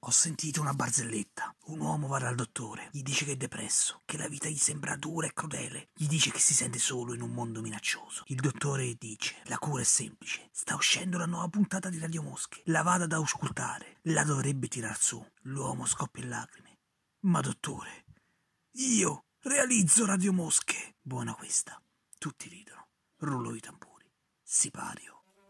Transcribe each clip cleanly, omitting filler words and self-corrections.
Ho sentito una barzelletta. Un uomo va dal dottore, gli dice che è depresso, che la vita gli sembra dura e crudele, gli dice che si sente solo in un mondo minaccioso. Il dottore dice: la cura è semplice, sta uscendo la nuova puntata di Radio Mosche, la vada ad auscultare, la dovrebbe tirar su. L'uomo scoppia in lacrime. Ma dottore, io realizzo Radio Mosche. Buona questa. Tutti ridono. Rullo di tamburi. Sipario.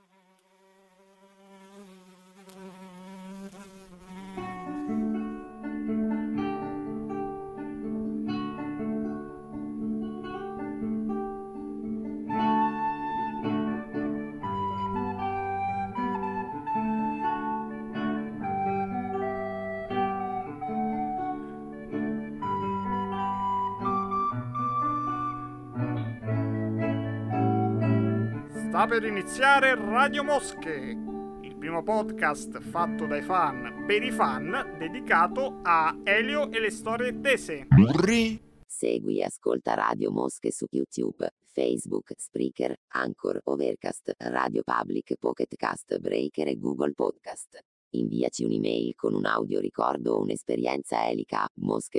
Sta per iniziare Radio Mosche, il primo podcast fatto dai fan per i fan, dedicato a Elio e le storie tese. Segui e ascolta Radio Mosche su YouTube, Facebook, Spreaker, Anchor, Overcast, Radio Public, Pocket Cast, Breaker e Google Podcast. Inviaci un'email con un audio ricordo o un'esperienza elica a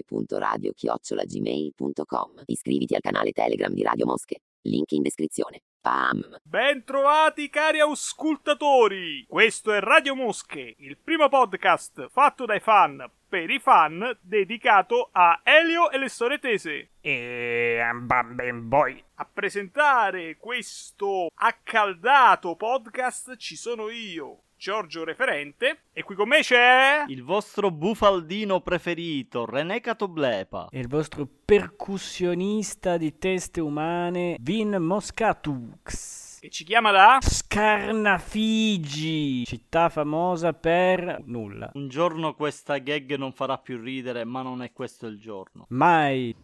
mosche.radio@gmail.com. Iscriviti al canale Telegram di Radio Mosche, link in descrizione. Pam! Ben trovati cari auscultatori! Questo è Radio Mosche, il primo podcast fatto dai fan per i fan, dedicato a Elio e le storie tese. E poi a presentare questo accaldato podcast ci sono io, Giorgio Referente, e qui con me c'è il vostro bufaldino preferito, René Catoblepa, e il vostro percussionista di teste umane, Vin Moscatux. E ci chiama da Scarnafigi, città famosa per nulla. Un giorno questa gag non farà più ridere, ma non è questo il giorno. Mai.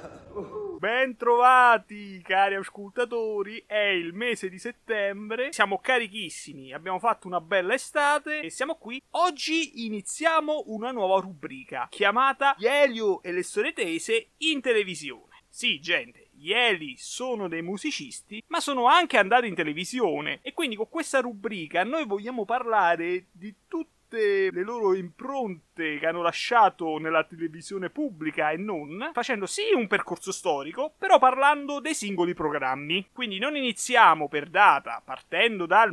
Ben trovati cari ascoltatori, è il mese di settembre, siamo carichissimi, abbiamo fatto una bella estate e siamo qui. Oggi iniziamo una nuova rubrica chiamata Gli Elio e le storie tese in televisione. Sì, gente, gli Eli sono dei musicisti, ma sono anche andati in televisione e quindi con questa rubrica noi vogliamo parlare di tutte le loro impronte che hanno lasciato nella televisione pubblica e non, facendo sì un percorso storico, però parlando dei singoli programmi. Quindi non iniziamo per data, partendo dal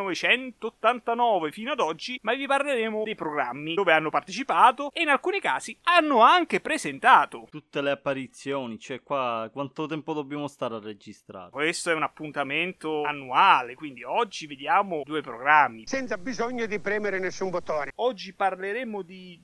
1989 fino ad oggi, ma vi parleremo dei programmi dove hanno partecipato e in alcuni casi hanno anche presentato. Tutte le apparizioni, cioè qua quanto tempo dobbiamo stare a registrare? Questo è un appuntamento annuale, quindi oggi vediamo 2 programmi. Senza bisogno di premere nessun bottone. Oggi parleremo di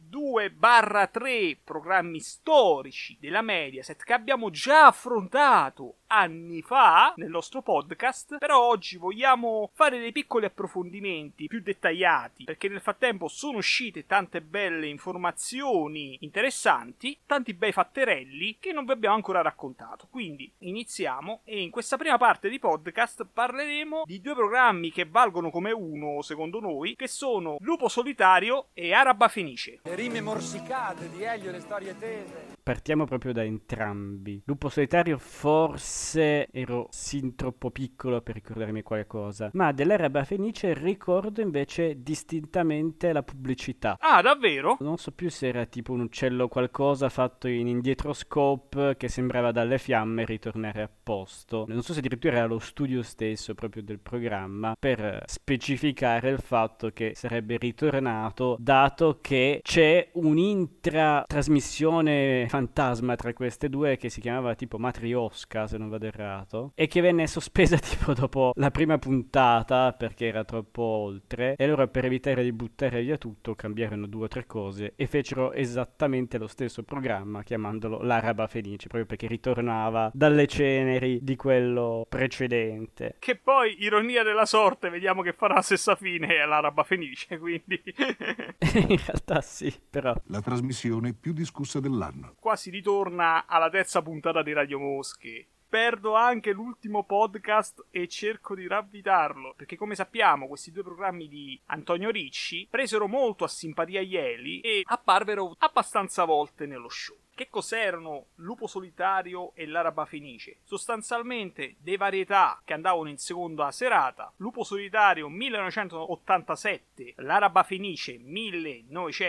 2/3 programmi storici della Mediaset che abbiamo già affrontato anni fa nel nostro podcast, però oggi vogliamo fare dei piccoli approfondimenti più dettagliati, perché nel frattempo sono uscite tante belle informazioni interessanti, tanti bei fatterelli che non vi abbiamo ancora raccontato. Quindi iniziamo e in questa prima parte di podcast parleremo di 2 programmi che valgono come uno, secondo noi, che sono Lupo Solitario e Araba Fenice. Le rime morsicate di Elio e le storie tese. Partiamo proprio da entrambi. Lupo Solitario forse ero sin troppo piccolo per ricordarmi qualcosa, ma dell'Araba Fenice ricordo invece distintamente la pubblicità. Ah, davvero? Non so più se era tipo un uccello qualcosa fatto in indietroscope che sembrava dalle fiamme ritornare a posto. Non so se addirittura era lo studio stesso proprio del programma per specificare il fatto che sarebbe ritornato, dato che c'è un'intratrasmissione fantasma tra queste due che si chiamava tipo Matrioska, se non vado errato, e che venne sospesa tipo dopo la prima puntata perché era troppo oltre, e allora per evitare di buttare via tutto cambiarono 2 o 3 cose e fecero esattamente lo stesso programma chiamandolo l'Araba Fenice, proprio perché ritornava dalle ceneri di quello precedente. Che poi, ironia della sorte, vediamo che farà la stessa fine all'Araba Fenice, quindi In realtà sì, però La trasmissione più discussa dell'anno. qua si ritorna alla terza puntata di Radio Mosche. Perdo anche l'ultimo podcast e cerco di ravvitarlo, perché come sappiamo questi 2 programmi di Antonio Ricci presero molto a simpatia agli Eli e apparvero abbastanza volte nello show. Che cos'erano Lupo Solitario e l'Araba Fenice? Sostanzialmente dei varietà che andavano in seconda serata. Lupo Solitario 1987, l'Araba Fenice 1988.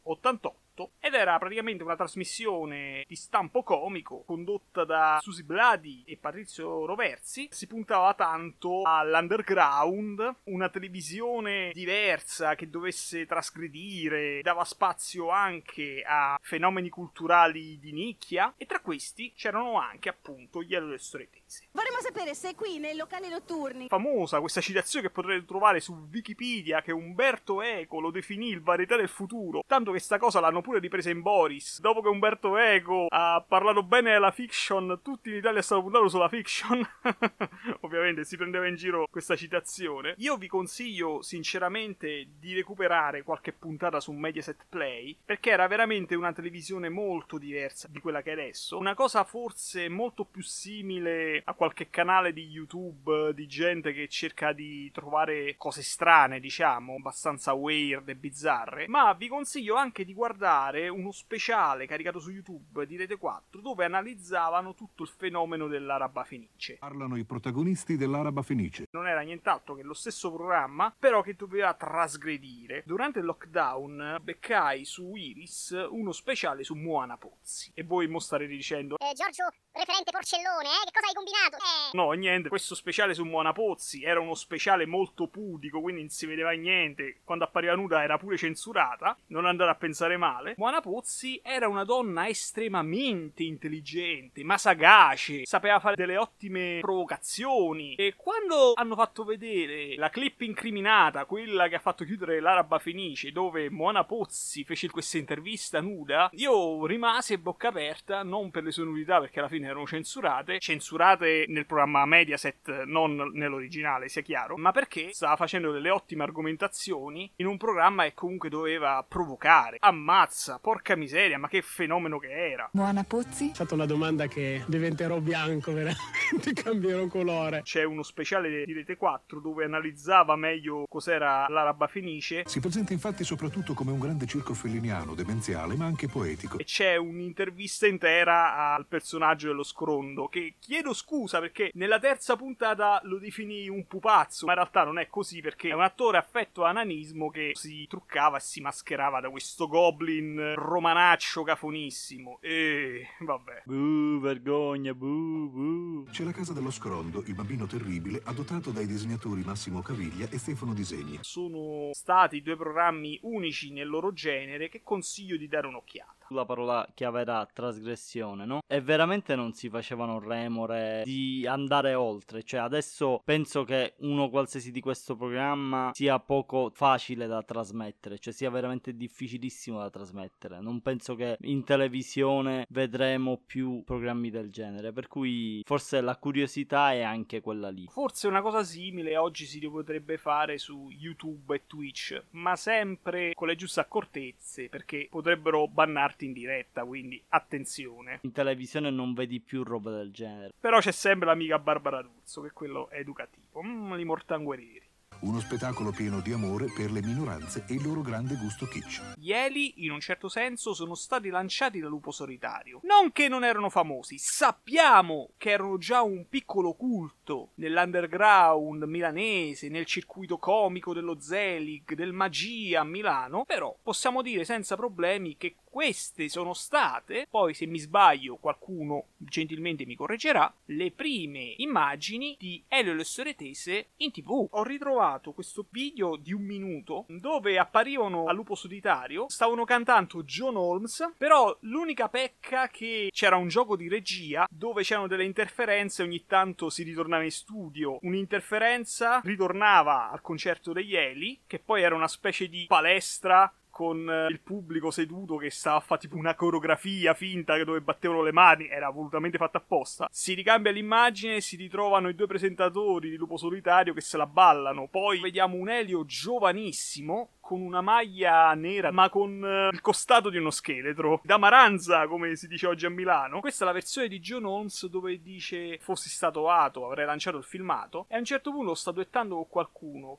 1988 ed era praticamente una trasmissione di stampo comico condotta da Susi Bladi e Patrizio Roversi. Si puntava tanto all'underground, una televisione diversa che dovesse trasgredire, dava spazio anche a fenomeni culturali di nicchia e tra questi c'erano anche appunto gli Elio e le Storie Tese. Vorremmo sapere se qui nei locali notturni. Famosa questa citazione che potrete trovare su Wikipedia, che Umberto Eco lo definì il varietà del futuro, tanto che sta cosa l'hanno pure ripresa in Boris. Dopo che Umberto Eco ha parlato bene della fiction, tutti in Italia stanno puntando sulla fiction. Ovviamente si prendeva in giro questa citazione. Io vi consiglio sinceramente di recuperare qualche puntata su Mediaset Play, perché era veramente una televisione molto diversa di quella che è adesso, una cosa forse molto più simile a qualche canale di YouTube di gente che cerca di trovare cose strane, diciamo, abbastanza weird e bizzarre. Ma vi consiglio anche di guardare uno speciale caricato su YouTube di Rete 4 dove analizzavano tutto il fenomeno dell'Araba Fenice. Parlano i protagonisti dell'Araba Fenice. Non era nient'altro che lo stesso programma, però che doveva trasgredire. Durante il lockdown beccai su Iris uno speciale su Moana Pozzi. E voi mo starete dicendo Giorgio, referente porcellone, che cosa hai combinato? No, niente, questo speciale su Moana Pozzi era uno speciale molto pudico, quindi non si vedeva niente. Quando appariva nuda era pure censurata, non andate a pensare male. Moana Pozzi era una donna estremamente intelligente, ma sagace, sapeva fare delle ottime provocazioni. E quando hanno fatto vedere la clip incriminata, quella che ha fatto chiudere l'Araba Fenice, dove Moana Pozzi fece questa intervista nuda, io rimasi bocca aperta, non per le sue nudità, perché alla fine erano censurate nel programma Mediaset, non nell'originale, sia chiaro, ma perché stava facendo delle ottime argomentazioni in un programma che comunque doveva provocare. Ammazza, porca miseria, ma che fenomeno che era. Moana Pozzi? È stata una domanda che diventerò bianco, veramente cambierò colore. C'è uno speciale di Rete 4 dove analizzava meglio cos'era l'Araba Fenice. Si presenta infatti soprattutto come un grande circo felliniano, demenziale, ma anche poetico. E c'è un'intervista intera al personaggio dello Scrondo, che chiedo scusa perché nella terza puntata lo definì un pupazzo, ma in realtà non è così, perché è un attore affetto a nanismo che si truccava e si mascherava da questo goblin romanaccio cafonissimo. E vabbè. Buh, vergogna, buh, buh. C'è la casa dello Scrondo, il bambino terribile, adottato dai disegnatori Massimo Caviglia e Stefano Disegni. Sono stati due programmi unici nel loro genere che consiglio di dare un'occhiata. La parola chiave era trasgressione, no? E veramente non si facevano remore di andare oltre. Cioè adesso penso che uno qualsiasi di questo programma sia poco facile da trasmettere, cioè sia veramente difficilissimo da trasmettere. Non penso che in televisione vedremo più programmi del genere, per cui forse la curiosità è anche quella lì. Forse una cosa simile oggi si potrebbe fare su YouTube e Twitch, ma sempre con le giuste accortezze, perché potrebbero bannarti in diretta, quindi attenzione. In televisione non vedi più roba del genere. Però c'è sempre l'amica Barbara D'Urso, che quello è educativo. Li mortanguerieri. Uno spettacolo pieno di amore per le minoranze e il loro grande gusto kitsch. Gli Eli, in un certo senso, sono stati lanciati da Lupo Solitario. Non che non erano famosi, sappiamo che erano già un piccolo culto nell'underground milanese, nel circuito comico dello Zelig, del Magia a Milano, però possiamo dire senza problemi che queste sono state, poi se mi sbaglio qualcuno gentilmente mi correggerà, le prime immagini di Elio e le Storie Tese in TV. Ho ritrovato questo video di 1 minuto dove apparivano a Lupo Solitario, stavano cantando John Holmes, però l'unica pecca che c'era un gioco di regia dove c'erano delle interferenze e ogni tanto si ritornava in studio. Un'interferenza ritornava al concerto degli Eli, che poi era una specie di palestra con il pubblico seduto che stava a fare tipo una coreografia finta dove battevano le mani, era volutamente fatta apposta. Si ricambia l'immagine e si ritrovano i due presentatori di Lupo Solitario che se la ballano. Poi vediamo un Elio giovanissimo con una maglia nera ma con il costato di uno scheletro, da Maranza come si dice oggi a Milano. Questa è la versione di John Holmes dove dice: fossi stato Ato avrei lanciato il filmato, e a un certo punto sta duettando con qualcuno che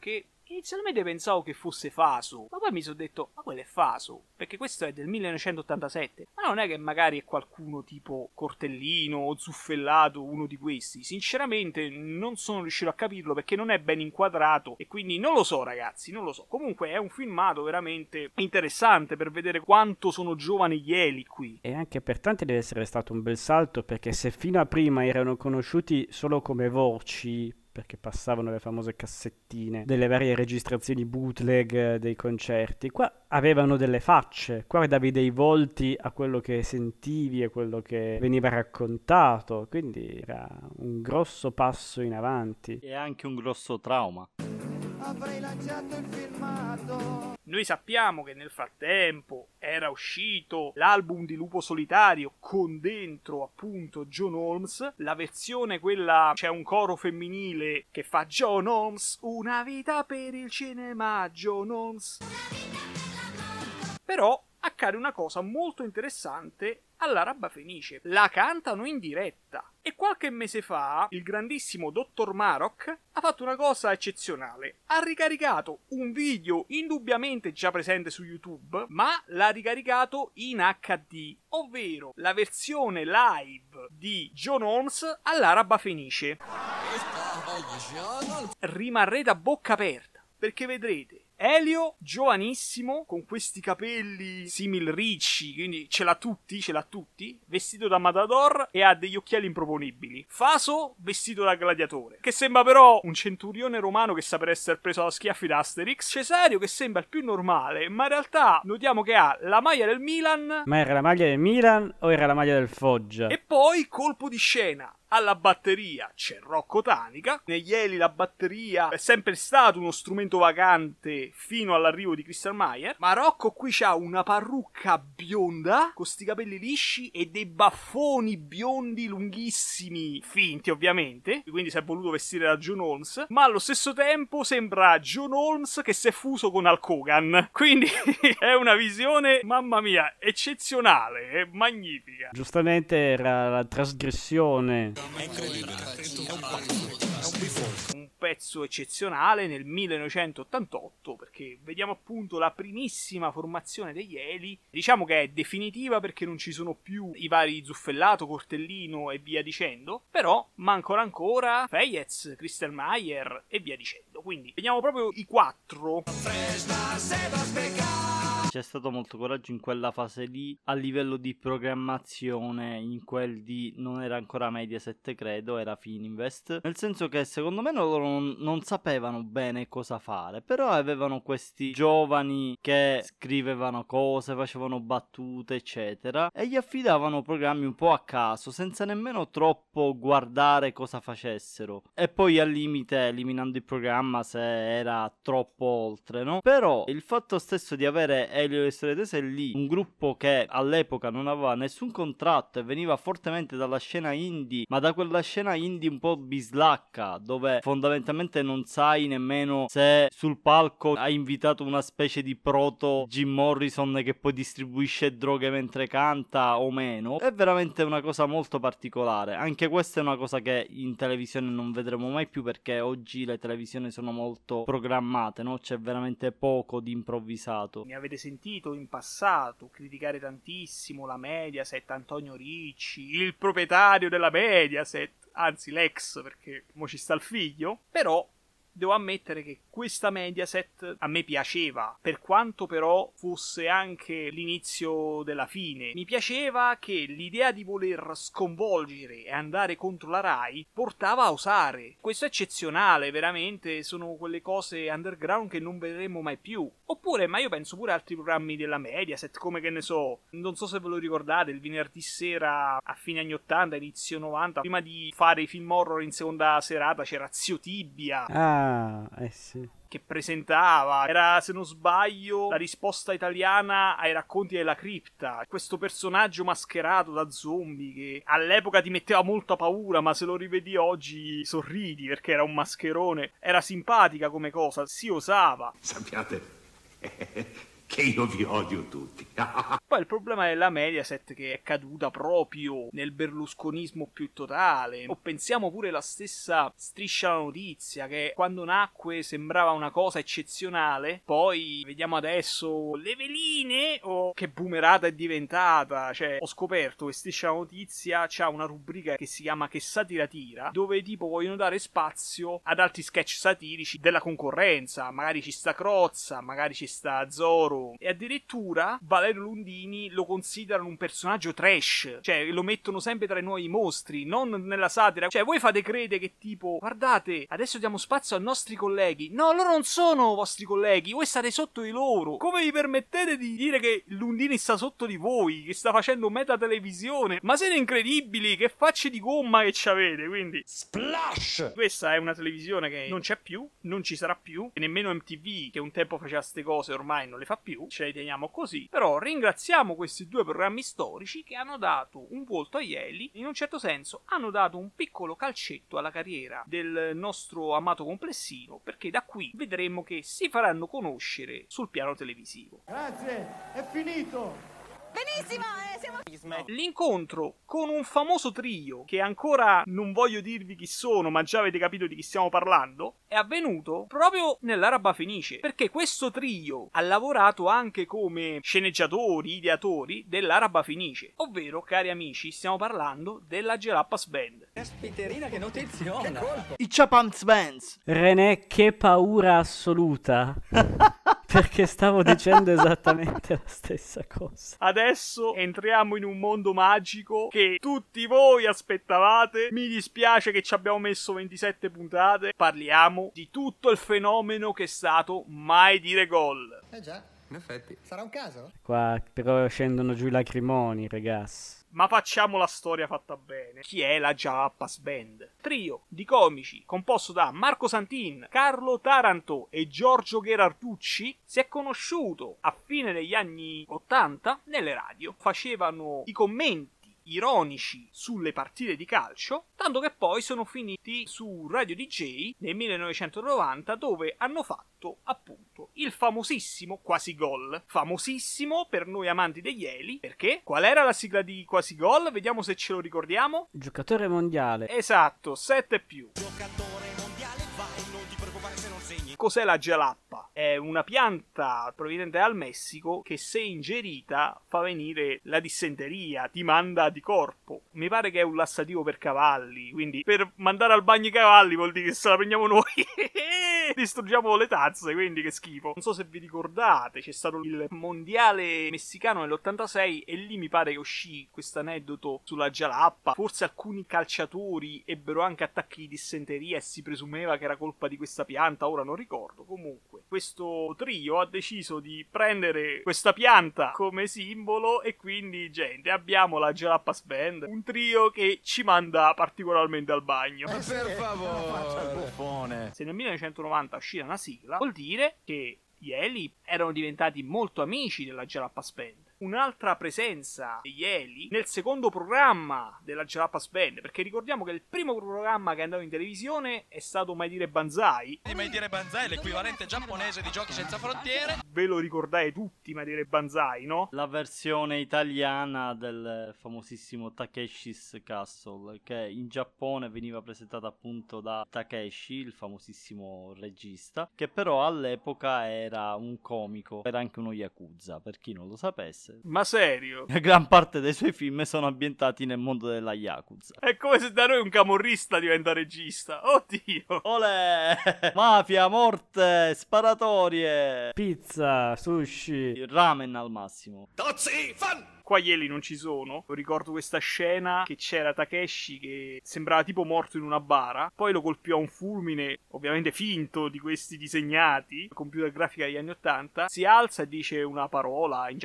inizialmente pensavo che fosse Faso, ma poi mi sono detto, ma quello è Faso, perché questo è del 1987, ma non è che magari è qualcuno tipo Cortellino o Zuffellato, uno di questi. Sinceramente non sono riuscito a capirlo perché non è ben inquadrato e quindi non lo so, ragazzi, non lo so. Comunque è un filmato veramente interessante per vedere quanto sono giovani gli Eli qui. E anche per tanti deve essere stato un bel salto, perché se fino a prima erano conosciuti solo come voci, perché passavano le famose cassettine delle varie registrazioni bootleg dei concerti, qua avevano delle facce, qua davi dei volti a quello che sentivi, a quello che veniva raccontato, quindi era un grosso passo in avanti. E anche un grosso trauma. Avrei lanciato il filmato. Noi sappiamo che nel frattempo era uscito l'album di Lupo Solitario con dentro appunto John Holmes, la versione quella c'è un coro femminile che fa John Holmes, una vita per il cinema, John Holmes. Però accade una cosa molto interessante all'Araba Fenice. La cantano in diretta. E qualche mese fa il grandissimo Dr. Marok ha fatto una cosa eccezionale. Ha ricaricato un video indubbiamente già presente su YouTube, ma l'ha ricaricato in HD, ovvero la versione live di John Holmes all'Araba Fenice. Rimarrete a bocca aperta, perché vedrete Elio, giovanissimo, con questi capelli simil ricci, quindi ce l'ha tutti, vestito da matador e ha degli occhiali improponibili. Faso, vestito da gladiatore, che sembra però un centurione romano che sta per essere preso a schiaffi da Asterix. Cesario, che sembra il più normale, ma in realtà notiamo che ha la maglia del Milan. Ma era la maglia del Milan o era la maglia del Foggia? E poi, colpo di scena. Alla batteria c'è Rocco Tanica. Negli Eli la batteria è sempre stato uno strumento vacante fino all'arrivo di Christian Maier, ma Rocco qui c'ha una parrucca bionda con sti capelli lisci e dei baffoni biondi lunghissimi, finti ovviamente, quindi si è voluto vestire da John Holmes, ma allo stesso tempo sembra John Holmes che si è fuso con Hulk Hogan, quindi è una visione, mamma mia, eccezionale, è magnifica. Giustamente era la trasgressione. È incredibile. Un pezzo eccezionale nel 1988, perché vediamo appunto la primissima formazione degli Eli. Diciamo che è definitiva perché non ci sono più i vari Zuffellato, Cortellino e via dicendo, però mancano ancora Feyez, Christian Maier e via dicendo. Quindi vediamo proprio i quattro. C'è stato molto coraggio in quella fase lì a livello di programmazione, in quel di non era ancora Mediaset, credo, era Fininvest, nel senso che secondo me loro non sapevano bene cosa fare, però avevano questi giovani che scrivevano cose, facevano battute eccetera e gli affidavano programmi un po' a caso senza nemmeno troppo guardare cosa facessero e poi al limite eliminando il programma se era troppo oltre, no? Però il fatto stesso di avere Elio e le Storie Tese lì, un gruppo che all'epoca non aveva nessun contratto e veniva fortemente dalla scena indie, ma da quella scena indie un po' bislacca, dove fondamentalmente non sai nemmeno se sul palco ha invitato una specie di proto Jim Morrison che poi distribuisce droghe mentre canta o meno, è veramente una cosa molto particolare. Anche questa è una cosa che in televisione non vedremo mai più, perché oggi le televisioni sono molto programmate, no? C'è veramente poco di improvvisato. Mi avete sentito in passato criticare tantissimo la Mediaset, Antonio Ricci, il proprietario della Mediaset, anzi l'ex, perché mo ci sta il figlio, però devo ammettere che questa Mediaset a me piaceva, per quanto però fosse anche l'inizio della fine. Mi piaceva che l'idea di voler sconvolgere e andare contro la Rai portava a osare. Questo è eccezionale, veramente, sono quelle cose underground che non vedremo mai più. Oppure, ma io penso pure a altri programmi della Mediaset, come che ne so, non so se ve lo ricordate, il venerdì sera a fine anni 80, inizio 90, prima di fare i film horror in seconda serata c'era Zio Tibia. Sì. Che presentava, era se non sbaglio la risposta italiana ai racconti della cripta, questo personaggio mascherato da zombie che all'epoca ti metteva molta paura, ma se lo rivedi oggi sorridi perché era un mascherone. Era simpatica come cosa, si osava. Sappiate che io vi odio tutti. Poi il problema della Mediaset, che è caduta proprio nel berlusconismo più totale. O pensiamo pure alla stessa Striscia la Notizia, che quando nacque sembrava una cosa eccezionale, poi vediamo adesso le veline, o che boomerata è diventata. Cioè, ho scoperto che Striscia la Notizia c'ha una rubrica che si chiama Che satira tira, dove tipo vogliono dare spazio ad altri sketch satirici della concorrenza. Magari ci sta Crozza, magari ci sta Zoro, e addirittura Valerio Lundini lo considerano un personaggio trash, cioè lo mettono sempre tra i nuovi mostri, non nella satira. Cioè, voi fate credere che tipo, guardate, adesso diamo spazio ai nostri colleghi. No, loro non sono vostri colleghi, voi state sotto di loro. Come vi permettete di dire che Lundini sta sotto di voi, che sta facendo meta televisione? Ma siete incredibili, che facce di gomma che ci avete. Quindi splash! Questa è una televisione che non c'è più, non ci sarà più, e nemmeno MTV, che un tempo faceva ste cose, ormai non le fa più. Ce le teniamo così. Però ringraziamo questi due programmi storici che hanno dato un volto a Ieli. In un certo senso hanno dato un piccolo calcetto alla carriera del nostro amato complessino, perché da qui vedremo che si faranno conoscere sul piano televisivo. Grazie, è finito. Benissimo, siamo... L'incontro con un famoso trio, che ancora non voglio dirvi chi sono, ma già avete capito di chi stiamo parlando, è avvenuto proprio nell'Araba Fenice, perché questo trio ha lavorato anche come sceneggiatori, ideatori dell'Araba Fenice, ovvero, cari amici, stiamo parlando della Jalapas Band. Caspiterina, che notizione! Che colpo! I Chapams Bands. René, che paura assoluta. Perché stavo dicendo esattamente la stessa cosa. Adesso entriamo in un mondo magico che tutti voi aspettavate. Mi dispiace che ci abbiamo messo 27 puntate. Parliamo di tutto il fenomeno che è stato Mai Dire Gol. Già, in effetti. Sarà un caso? Qua però scendono giù i lacrimoni, ragazzi. Ma facciamo la storia fatta bene. Chi è la Jalapas Band? Trio di comici composto da Marco Santin, Carlo Taranto e Giorgio Gherarducci, si è conosciuto a fine degli anni 80 nelle radio. Facevano i commenti ironici sulle partite di calcio, tanto che poi sono finiti su Radio DJ nel 1990, dove hanno fatto appunto il famosissimo Quasi Gol, famosissimo per noi amanti degli Eli, perché qual era la sigla di Quasi Gol? Vediamo se ce lo ricordiamo. Giocatore mondiale. Esatto, 7 più. Giocatore mondiale, vai, non ti preoccupare se non segni. Cos'è la jalappa? È una pianta proveniente dal Messico che, se ingerita, fa venire la dissenteria, ti manda di corpo. Mi pare che è un lassativo per cavalli, quindi per mandare al bagno i cavalli vuol dire che se la prendiamo noi distruggiamo le tazze, quindi che schifo. Non so se vi ricordate, c'è stato il mondiale messicano nell'86 e lì mi pare che uscì questo aneddoto sulla jalappa. Forse alcuni calciatori ebbero anche attacchi di dissenteria e si presumeva che era colpa di questa pianta, ora non ricordo. Comunque, questo trio ha deciso di prendere questa pianta come simbolo e quindi, gente, abbiamo la Jalapas Band, un trio che ci manda particolarmente al bagno. Ma per favore! Se nel 1990 uscì una sigla, vuol dire che gli Eli erano diventati molto amici della Jalapas Band. Un'altra presenza degli Eli nel secondo programma della Jalapas Band, perché ricordiamo che il primo programma che è andato in televisione è stato Mai Dire Banzai. Mai Dire Banzai è l'equivalente giapponese di Giochi Senza Frontiere. Ve lo ricordate tutti, Mai Dire Banzai, no? La versione italiana del famosissimo Takeshi's Castle, che in Giappone veniva presentata appunto da Takeshi, il famosissimo regista, che però all'epoca era un comico, era anche uno yakuza, per chi non lo sapesse. Ma serio? Gran parte dei suoi film sono ambientati nel mondo della yakuza. È come se da noi un camorrista diventa regista. Oddio. Olè! Mafia, morte, sparatorie, pizza, sushi, ramen al massimo. Tozzi, fan! Qua gli Eli non ci sono. Ricordo questa scena che c'era Takeshi che sembrava tipo morto in una bara, poi lo colpì a un fulmine, ovviamente finto, di questi disegnati, computer grafica degli anni 80, si alza e dice una parola in giapponese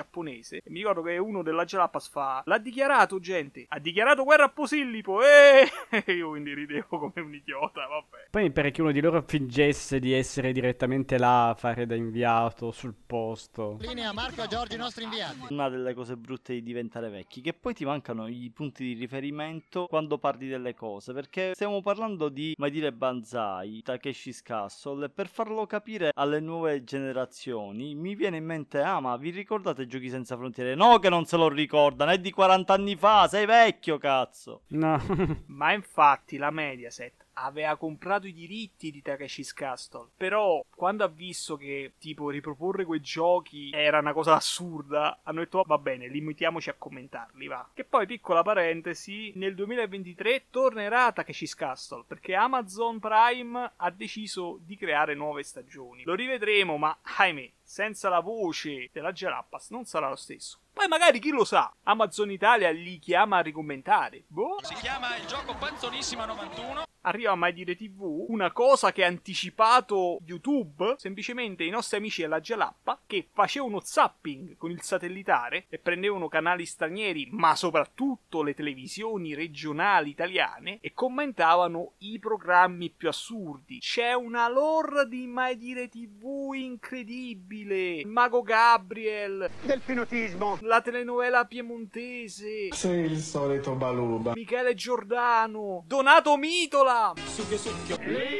inglese. E mi ricordo che uno della Jalapas fa: l'ha dichiarato, gente, ha dichiarato guerra a Posillipo, e io quindi ridevo come un idiota, vabbè. Poi mi pare che uno di loro fingesse di essere direttamente là a fare da inviato sul posto. Linea Marco e Giorgio, i nostri inviati. Una delle cose brutte di diventare vecchi, che poi ti mancano i punti di riferimento quando parli delle cose, perché stiamo parlando di Mai Dire Banzai, Takeshi's Castle, e per farlo capire alle nuove generazioni mi viene in mente: ah, ma vi ricordate Giochi Senza Frontiere? No, che non se lo ricordano, è di 40 anni fa, sei vecchio, cazzo. No. Ma infatti la Mediaset aveva comprato i diritti di Takeshi's Castle, però quando ha visto che tipo riproporre quei giochi era una cosa assurda, hanno detto: oh, va bene, limitiamoci a commentarli, va. Che poi, piccola parentesi, nel 2023 tornerà Takeshi's Castle, perché Amazon Prime ha deciso di creare nuove stagioni. Lo rivedremo, ma ahimè, senza la voce della Jalapas non sarà lo stesso. Poi magari, chi lo sa, Amazon Italia li chiama a ricommentare. Boh. Si chiama il gioco Panzonissima 91. Arriva a Mai Dire TV, una cosa che ha anticipato YouTube, semplicemente i nostri amici della Jalappa, che facevano zapping con il satellitare e prendevano canali stranieri, ma soprattutto le televisioni regionali italiane, e commentavano i programmi più assurdi. C'è una lore di Mai Dire TV incredibile. Il Mago Gabriel, Delfinotismo, la telenovela piemontese, Sei il solito Baluba, Michele Giordano, Donato Mitola, Succhio.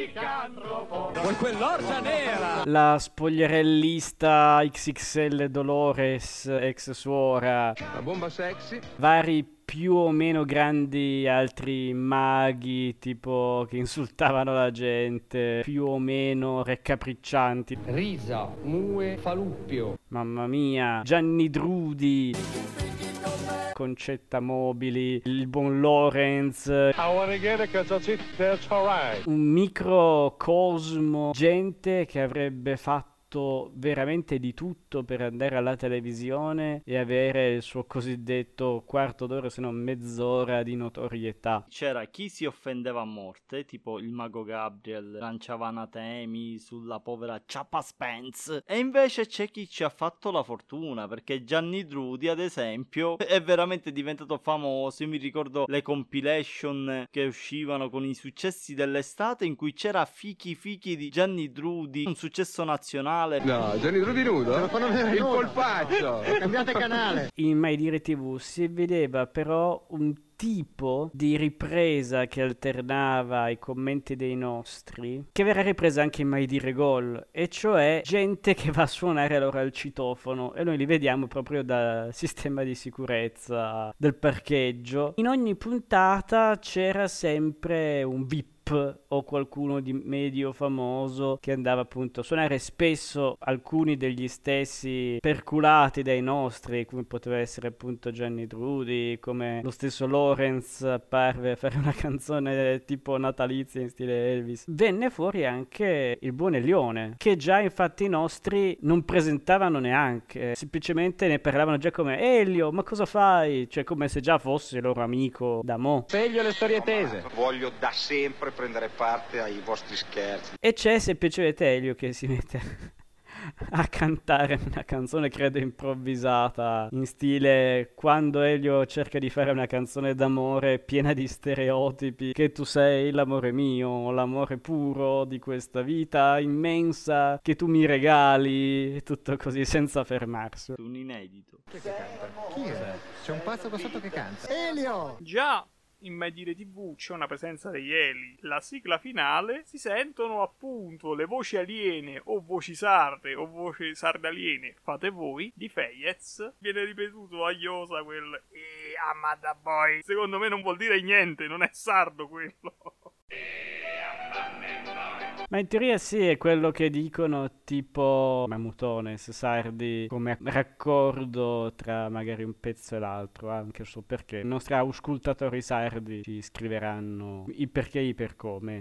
Vuoi quell'orgia nera? La spogliarellista XXL Dolores, ex suora. La bomba sexy. Vari più o meno grandi altri maghi, tipo, che insultavano la gente, più o meno raccapriccianti. Risa, Mue, Faluppio. Mamma mia, Gianni Drudi, Concetta Mobili, il buon Lorenz, un microcosmo, gente che avrebbe fatto veramente di tutto per andare alla televisione e avere il suo cosiddetto quarto d'ora, se non mezz'ora di notorietà. C'era chi si offendeva a morte, tipo il Mago Gabriel, lanciava anatemi sulla povera Chappa Spence, e invece c'è chi ci ha fatto la fortuna, perché Gianni Drudi, ad esempio, è veramente diventato famoso. Io mi ricordo le compilation che uscivano con i successi dell'estate, in cui c'era Fichi Fichi di Gianni Drudi, un successo nazionale. No, Gianni Drudi nudo? Il polpaccio! Cambiate canale! In Mai Dire TV si vedeva però un tipo di ripresa che alternava i commenti dei nostri, che verrà ripresa anche in Mai Dire Gol, e cioè gente che va a suonare loro al citofono, e noi li vediamo proprio dal sistema di sicurezza del parcheggio. In ogni puntata c'era sempre un VIP o qualcuno di medio famoso che andava appunto a suonare, spesso alcuni degli stessi perculati dai nostri, come poteva essere appunto Gianni Drudi, come lo stesso Lorenz apparve a fare una canzone tipo natalizia in stile Elvis. Venne fuori anche il buon Elione, che già infatti i nostri non presentavano neanche, semplicemente ne parlavano già come: Elio, ma cosa fai? Cioè, come se già fosse il loro amico da mo'. Sveglio le storie tese. Voglio da sempre prendere parte ai vostri scherzi. E c'è semplicemente Elio che si mette a cantare una canzone, credo improvvisata, in stile quando Elio cerca di fare una canzone d'amore piena di stereotipi, che tu sei l'amore mio, l'amore puro di questa vita immensa che tu mi regali, e tutto così senza fermarsi. Un inedito. Chi è che canta? Chi è? C'è un pazzo qua sotto che canta. Elio! Già in Mai Dire TV c'è una presenza degli Eli. La sigla finale si sentono appunto le voci aliene, o voci sarde, o voci sarde aliene, fate voi, di Feyez. Viene ripetuto a Iosa quel Amada Boy. Secondo me non vuol dire niente, non è sardo quello. Ma in teoria sì, è quello che dicono tipo Mamutones, sardi, come raccordo tra magari un pezzo e l'altro, anche so perché. I nostri auscultatori sardi ci scriveranno i perché e i per come.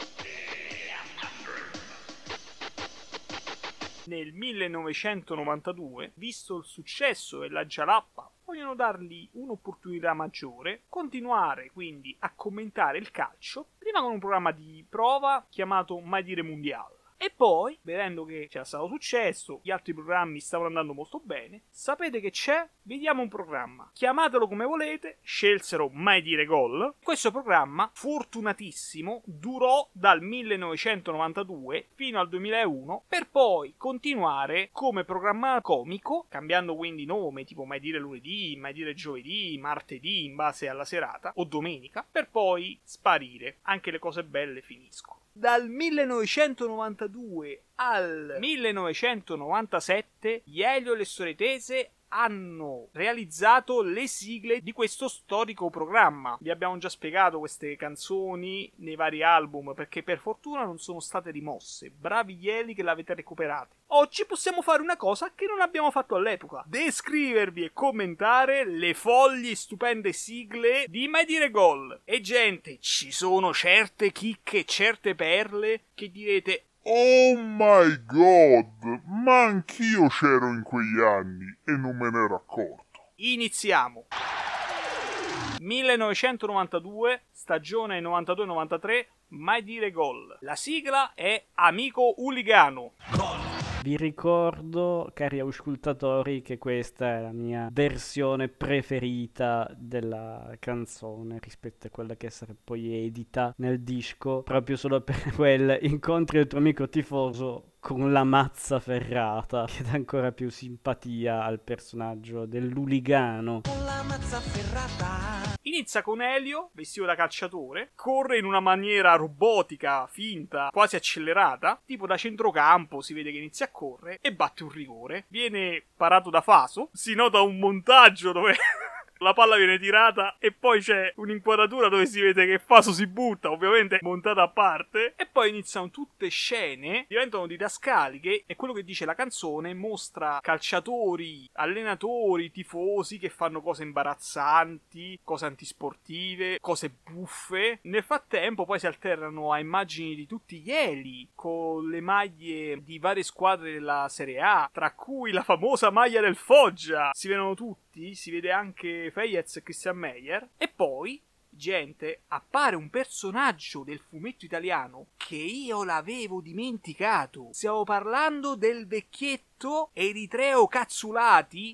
Nel 1992, visto il successo della Jalappa, vogliono dargli un'opportunità maggiore, continuare quindi a commentare il calcio, prima con un programma di prova chiamato Mai Dire Mundial, E poi, vedendo che c'era stato successo, gli altri programmi stavano andando molto bene, sapete che c'è? Vediamo un programma. Chiamatelo come volete, scelsero Mai Dire Gol. Questo programma, fortunatissimo, durò dal 1992 fino al 2001, per poi continuare come programma comico, cambiando quindi nome, tipo Mai Dire Lunedì, Mai Dire Giovedì, Martedì, in base alla serata, o domenica, per poi sparire. Anche le cose belle finiscono. Dal 1992 al 1997 gli Elio e le Storie Tese hanno realizzato le sigle di questo storico programma. Vi abbiamo già spiegato queste canzoni nei vari album, perché per fortuna non sono state rimosse. Bravi gli Eli che l'avete recuperate. Oggi possiamo fare una cosa che non abbiamo fatto all'epoca: descrivervi e commentare le fogli stupende sigle di Mai Dire Gol. E gente, ci sono certe chicche, certe perle che direte: oh my god, ma anch'io c'ero in quegli anni e non me ne ero accorto. Iniziamo. 1992, stagione 92-93, Mai Dire Gol. La sigla è Amico Uligano. Vi ricordo, cari auscultatori, che questa è la mia versione preferita della canzone rispetto a quella che sarà poi edita nel disco, proprio solo per quel incontri il tuo amico tifoso con la mazza ferrata, che dà ancora più simpatia al personaggio dell'Uligano. Con la mazza ferrata. Inizia con Elio, vestito da calciatore, corre in una maniera robotica, finta, quasi accelerata, tipo da centrocampo, si vede che inizia a correre e batte un rigore. Viene parato da Faso, si nota un montaggio dove la palla viene tirata e poi c'è un'inquadratura dove si vede che Faso si butta, ovviamente montata a parte, e poi iniziano tutte scene, diventano didascaliche, e quello che dice la canzone mostra calciatori, allenatori, tifosi che fanno cose imbarazzanti, cose antisportive, cose buffe. Nel frattempo poi si alternano a immagini di tutti gli Eli con le maglie di varie squadre della Serie A, tra cui la famosa maglia del Foggia. Si vedono tutti, si vede anche Feyez e Christian Meyer. E poi, gente, appare un personaggio del fumetto italiano che io l'avevo dimenticato. Stiamo parlando del vecchietto Eritreo Cazzulati.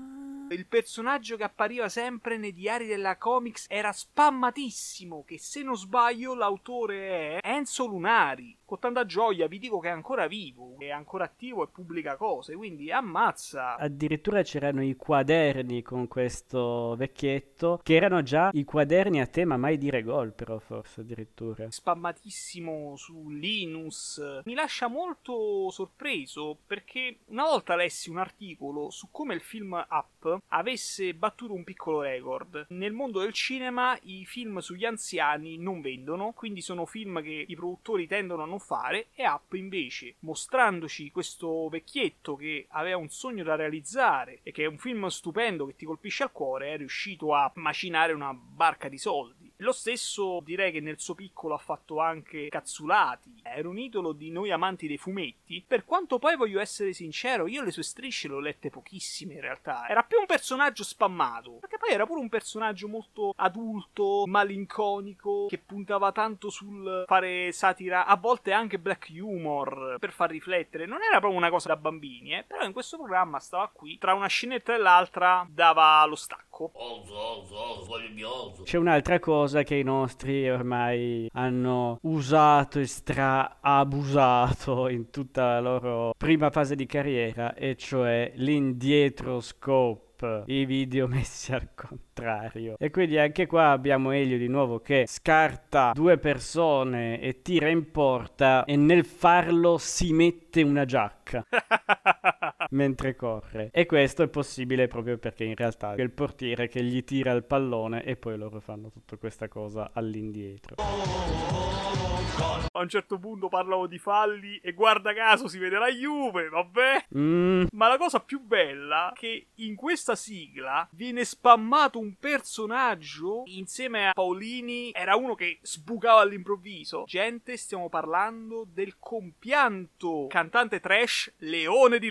Il personaggio che appariva sempre nei diari della Comics era spammatissimo, che se non sbaglio l'autore è Enzo Lunari. Con tanta gioia vi dico che è ancora vivo, è ancora attivo e pubblica cose, quindi ammazza. Addirittura c'erano i quaderni con questo vecchietto, che erano già i quaderni a tema Mai Dire Gol, però forse addirittura. Spammatissimo su Linus. Mi lascia molto sorpreso, perché una volta lessi un articolo su come il film Up avesse battuto un piccolo record. Nel mondo del cinema i film sugli anziani non vendono, quindi sono film che i produttori tendono a non fare, e Up invece, mostrandoci questo vecchietto che aveva un sogno da realizzare e che è un film stupendo che ti colpisce al cuore, è riuscito a macinare una barca di soldi. Lo stesso direi che nel suo piccolo ha fatto anche Cazzulati. Era un idolo di noi amanti dei fumetti, per quanto poi voglio essere sincero, io le sue strisce le ho lette pochissime in realtà. Era più un personaggio spammato, perché poi era pure un personaggio molto adulto, malinconico, che puntava tanto sul fare satira, a volte anche black humor, per far riflettere. Non era proprio una cosa da bambini, però in questo programma stava qui, tra una scenetta e l'altra dava lo stacco. C'è un'altra cosa che i nostri ormai hanno usato e abusato in tutta la loro prima fase di carriera, e cioè l'indietro scope, i video messi al contrario. E quindi anche qua abbiamo Elio di nuovo che scarta due persone e tira in porta, e nel farlo si mette una giacca mentre corre. E questo è possibile proprio perché in realtà è il portiere che gli tira il pallone e poi loro fanno tutta questa cosa all'indietro. A un certo punto parlavo di falli e guarda caso si vede la Juve, vabbè. Ma la cosa più bella è che in questa sigla viene spammato un personaggio insieme a Paolini. Era uno che sbucava all'improvviso. Gente, stiamo parlando del compianto cantante trash Leone di Lernia.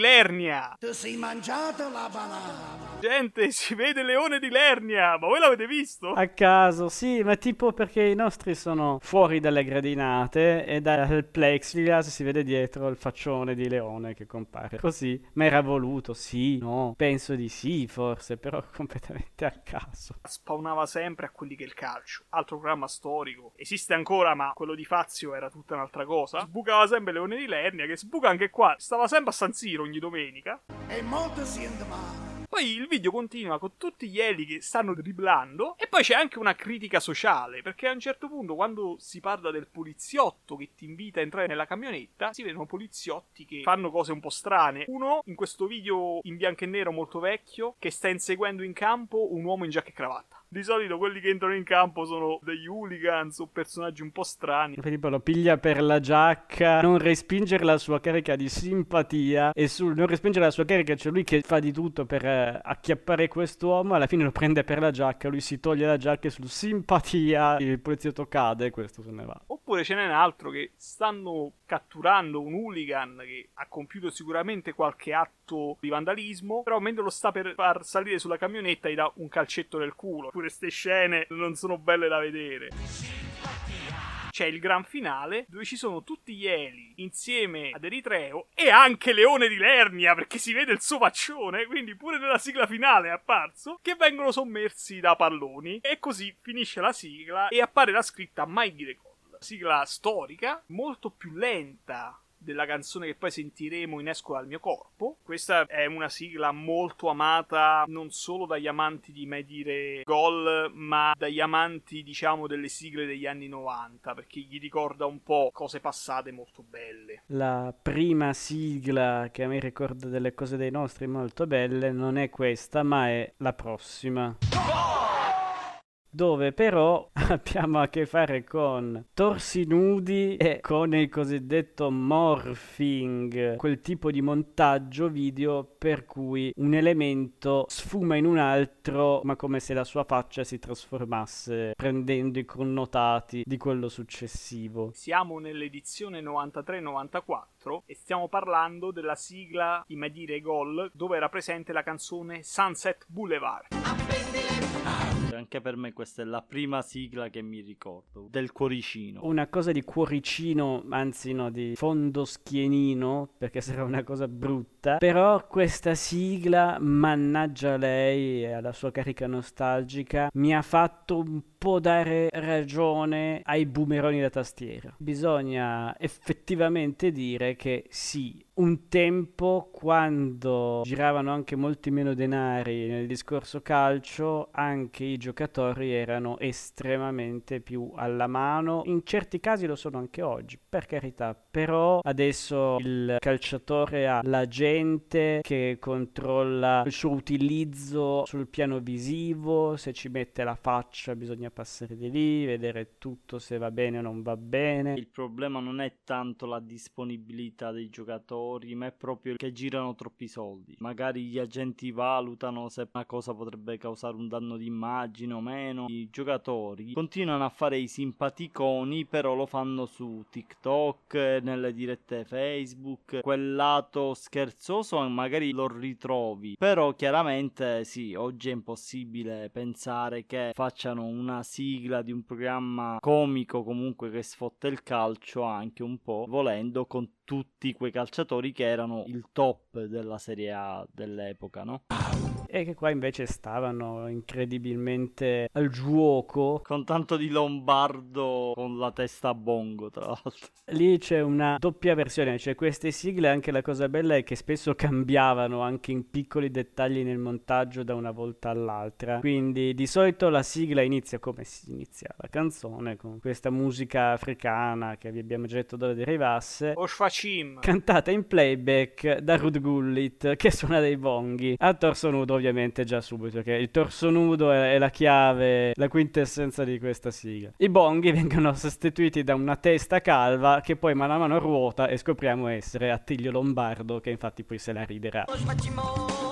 Lernia. Tu sei mangiato la banana. Gente, si vede Leone di Lernia, ma voi l'avete visto? A caso, sì, ma tipo perché i nostri sono fuori dalle gradinate e dal plexiglass si vede dietro il faccione di leone che compare. Così, ma era voluto, sì, no, penso di sì, forse, però completamente a caso. Spawnava sempre a quelli che è il calcio, altro programma storico. Esiste ancora, ma quello di Fazio era tutta un'altra cosa. Sbucava sempre Leone di Lernia, che sbuca anche qua. Stava sempre a San Siro ogni domenica. E molto si indemana. Poi il video continua con tutti gli eli che stanno driblando e poi c'è anche una critica sociale, perché a un certo punto quando si parla del poliziotto che ti invita a entrare nella camionetta, si vedono poliziotti che fanno cose un po' strane. Uno, in questo video in bianco e nero molto vecchio, che sta inseguendo in campo un uomo in giacca e cravatta. Di solito quelli che entrano in campo sono degli hooligans o personaggi un po' strani. Tipo lo piglia per la giacca, non respingere la sua carica di simpatia e sul non respingere la sua carica c'è lui che fa di tutto per acchiappare quest'uomo, alla fine lo prende per la giacca, lui si toglie la giacca e sul simpatia il poliziotto cade e questo se ne va. Oppure ce n'è un altro che stanno catturando un hooligan che ha compiuto sicuramente qualche atto di vandalismo, però mentre lo sta per far salire sulla camionetta gli dà un calcetto nel culo. Pure ste scene non sono belle da vedere. C'è il gran finale dove ci sono tutti gli eli insieme ad Eritreo e anche Leone di Lernia, perché si vede il suo faccione, quindi pure nella sigla finale è apparso, che vengono sommersi da palloni e così finisce la sigla e appare la scritta Mai dire gol. Sigla storica, molto più lenta della canzone che poi sentiremo in Esco dal mio corpo. Questa è una sigla molto amata non solo dagli amanti di Mai dire gol, ma dagli amanti, diciamo, delle sigle degli anni 90, perché gli ricorda un po' cose passate molto belle. La prima sigla che a me ricorda delle cose dei nostri molto belle non è questa, ma è la prossima. Dove però abbiamo a che fare con torsi nudi e con il cosiddetto morphing, quel tipo di montaggio video per cui un elemento sfuma in un altro, ma come se la sua faccia si trasformasse prendendo i connotati di quello successivo. Siamo nell'edizione 93-94 e stiamo parlando della sigla di Mai dire gol, dove era presente la canzone Sunset Boulevard. Anche per me questa è la prima sigla che mi ricordo, del cuoricino. Una cosa di cuoricino, anzi no, di fondoschienino, perché sarà una cosa brutta. Però questa sigla, mannaggia lei e alla sua carica nostalgica, mi ha fatto un po' dare ragione ai boomeroni da tastiera. Bisogna effettivamente dire che sì, un tempo, quando giravano anche molti meno denari nel discorso calcio, anche i giocatori erano estremamente più alla mano. In certi casi lo sono anche oggi, per carità, però adesso il calciatore ha l'agente che controlla il suo utilizzo sul piano visivo, se ci mette la faccia bisogna passare di lì, vedere tutto se va bene o non va bene. Il problema non è tanto la disponibilità dei giocatori, ma è proprio che girano troppi soldi. Magari gli agenti valutano se una cosa potrebbe causare un danno di immagine o meno. I giocatori continuano a fare i simpaticoni, però lo fanno su TikTok, nelle dirette Facebook. Quel lato scherzoso magari lo ritrovi, però chiaramente sì, oggi è impossibile pensare che facciano una sigla di un programma comico comunque che sfotta il calcio anche un po', volendo, con tutti quei calciatori che erano il top della Serie A dell'epoca, no? E che qua invece stavano incredibilmente al giuoco, con tanto di lombardo con la testa a bongo, tra l'altro. Lì c'è una doppia versione, cioè queste sigle, anche la cosa bella è che spesso cambiavano anche in piccoli dettagli nel montaggio da una volta all'altra. Quindi di solito la sigla inizia come si inizia la canzone, con questa musica africana che vi abbiamo già detto dove derivasse, Oshfacim, cantata in playback da Ruud Gullit che suona dei bonghi a torso nudo, ovviamente già subito, che il torso nudo è la chiave, la quintessenza di questa sigla. I bonghi vengono sostituiti da una testa calva che poi mano a mano ruota e scopriamo essere Attilio Lombardo, che infatti poi se la riderà.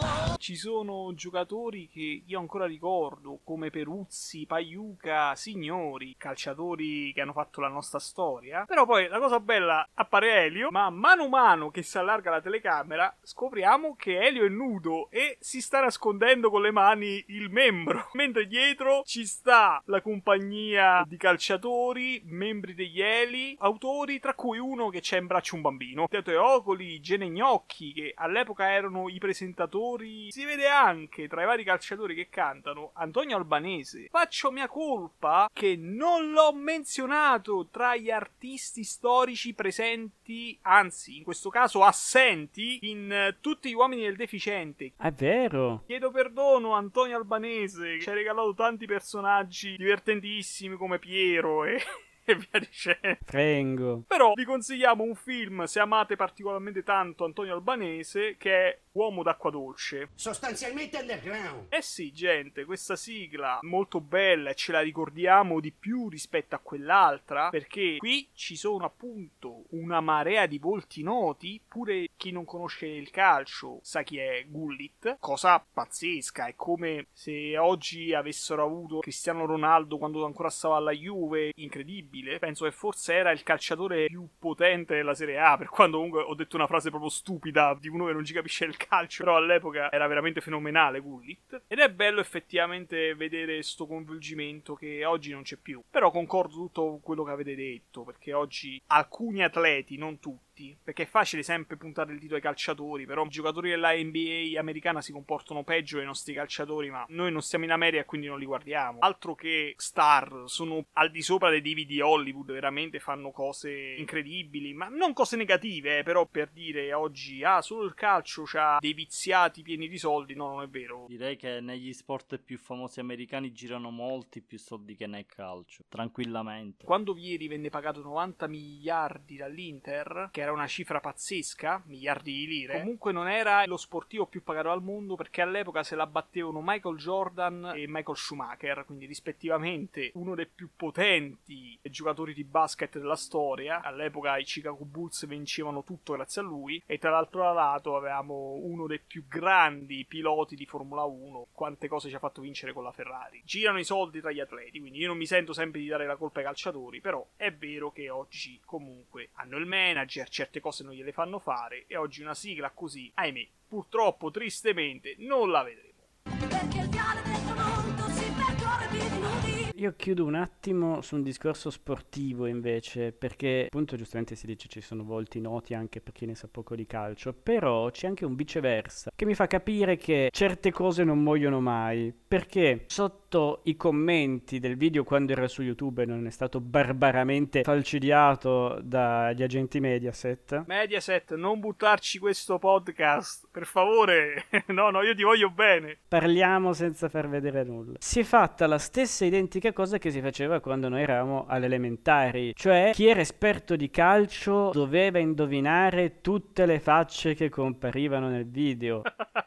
ci sono giocatori che io ancora ricordo, come Peruzzi, Paiuca, Signori, calciatori che hanno fatto la nostra storia. Però poi la cosa bella, appare Elio, ma mano a mano che si allarga la telecamera scopriamo che Elio è nudo e si sta nascondendo con le mani il membro, mentre dietro ci sta la compagnia di calciatori, membri degli Eli, autori, tra cui uno che c'ha in braccio un bambino. Teto Eocoli, Gene Gnocchi, che all'epoca erano i presentatori. Si vede anche tra i vari calciatori che cantano Antonio Albanese. Faccio mia colpa che non l'ho menzionato tra gli artisti storici presenti, anzi in questo caso assenti, in Tutti gli uomini del deficiente. È vero. Chiedo perdono Antonio Albanese, che ci ha regalato tanti personaggi divertentissimi come Piero e via dicendo. Frengo. Però vi consigliamo un film, se amate particolarmente tanto Antonio Albanese, che è Uomo d'acqua dolce. Sostanzialmente underground. Eh sì, gente, questa sigla molto bella e ce la ricordiamo di più rispetto a quell'altra, perché qui ci sono appunto una marea di volti noti, pure chi non conosce il calcio sa chi è Gullit, cosa pazzesca, è come se oggi avessero avuto Cristiano Ronaldo quando ancora stava alla Juve, incredibile. Penso che forse era il calciatore più potente della Serie A, per quando comunque ho detto una frase proprio stupida di uno che non ci capisce il calcio, però all'epoca era veramente fenomenale Gullit, ed è bello effettivamente vedere sto coinvolgimento che oggi non c'è più. Però concordo tutto quello che avete detto, perché oggi alcuni atleti, non tutti, perché è facile sempre puntare il dito ai calciatori, però i giocatori della NBA americana si comportano peggio dei nostri calciatori, ma noi non stiamo in America e quindi non li guardiamo. Altro che star, sono al di sopra dei divi di Hollywood, veramente fanno cose incredibili, ma non cose negative, però per dire oggi solo il calcio c'ha dei viziati pieni di soldi, no, non è vero. Direi che negli sport più famosi americani girano molti più soldi che nel calcio, tranquillamente. Quando Vieri venne pagato 90 miliardi dall'Inter, che era una cifra pazzesca, miliardi di lire, comunque non era lo sportivo più pagato al mondo, perché all'epoca se la battevano Michael Jordan e Michael Schumacher, quindi rispettivamente uno dei più potenti giocatori di basket della storia. All'epoca i Chicago Bulls vincevano tutto grazie a lui, e tra l'altro lato avevamo uno dei più grandi piloti di Formula 1, quante cose ci ha fatto vincere con la Ferrari. Girano i soldi tra gli atleti, quindi io non mi sento sempre di dare la colpa ai calciatori, però è vero che oggi comunque hanno il manager, certe cose non gliele fanno fare, e oggi una sigla così, ahimè, purtroppo, tristemente, non la vedremo. Perché il viale del tramonto si percorre piedi nudi. Io chiudo un attimo su un discorso sportivo invece, perché appunto giustamente si dice ci sono volti noti anche per chi ne sa poco di calcio, però c'è anche un viceversa che mi fa capire che certe cose non muoiono mai, perché sotto i commenti del video, quando era su YouTube e non è stato barbaramente falcidiato dagli agenti Mediaset, non buttarci questo podcast, per favore. No, io ti voglio bene. Parliamo senza far vedere nulla. Si è fatta la stessa identica cosa che si faceva quando noi eravamo alle elementari, cioè chi era esperto di calcio doveva indovinare tutte le facce che comparivano nel video.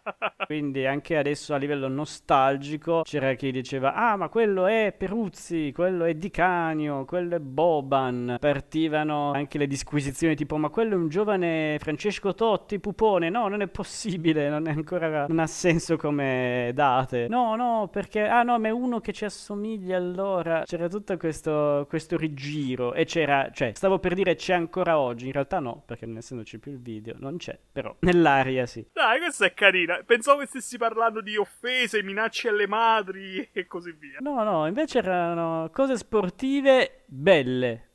Quindi anche adesso a livello nostalgico c'era chi diceva ma quello è Peruzzi, quello è Di Canio, quello è Boban. Partivano anche le disquisizioni tipo ma quello è un giovane Francesco Totti, pupone. No, non è possibile, non è ancora, non ha senso come date. No, perché no, ma è uno che ci assomiglia. Allora c'era tutto questo rigiro, e c'era, cioè stavo per dire c'è ancora oggi, in realtà no, perché non essendoci più il video non c'è, però nell'aria sì. Dai, questa è carina. Pensavo che stessi parlando di offese, minacce alle madri e così via. No, invece erano cose sportive belle.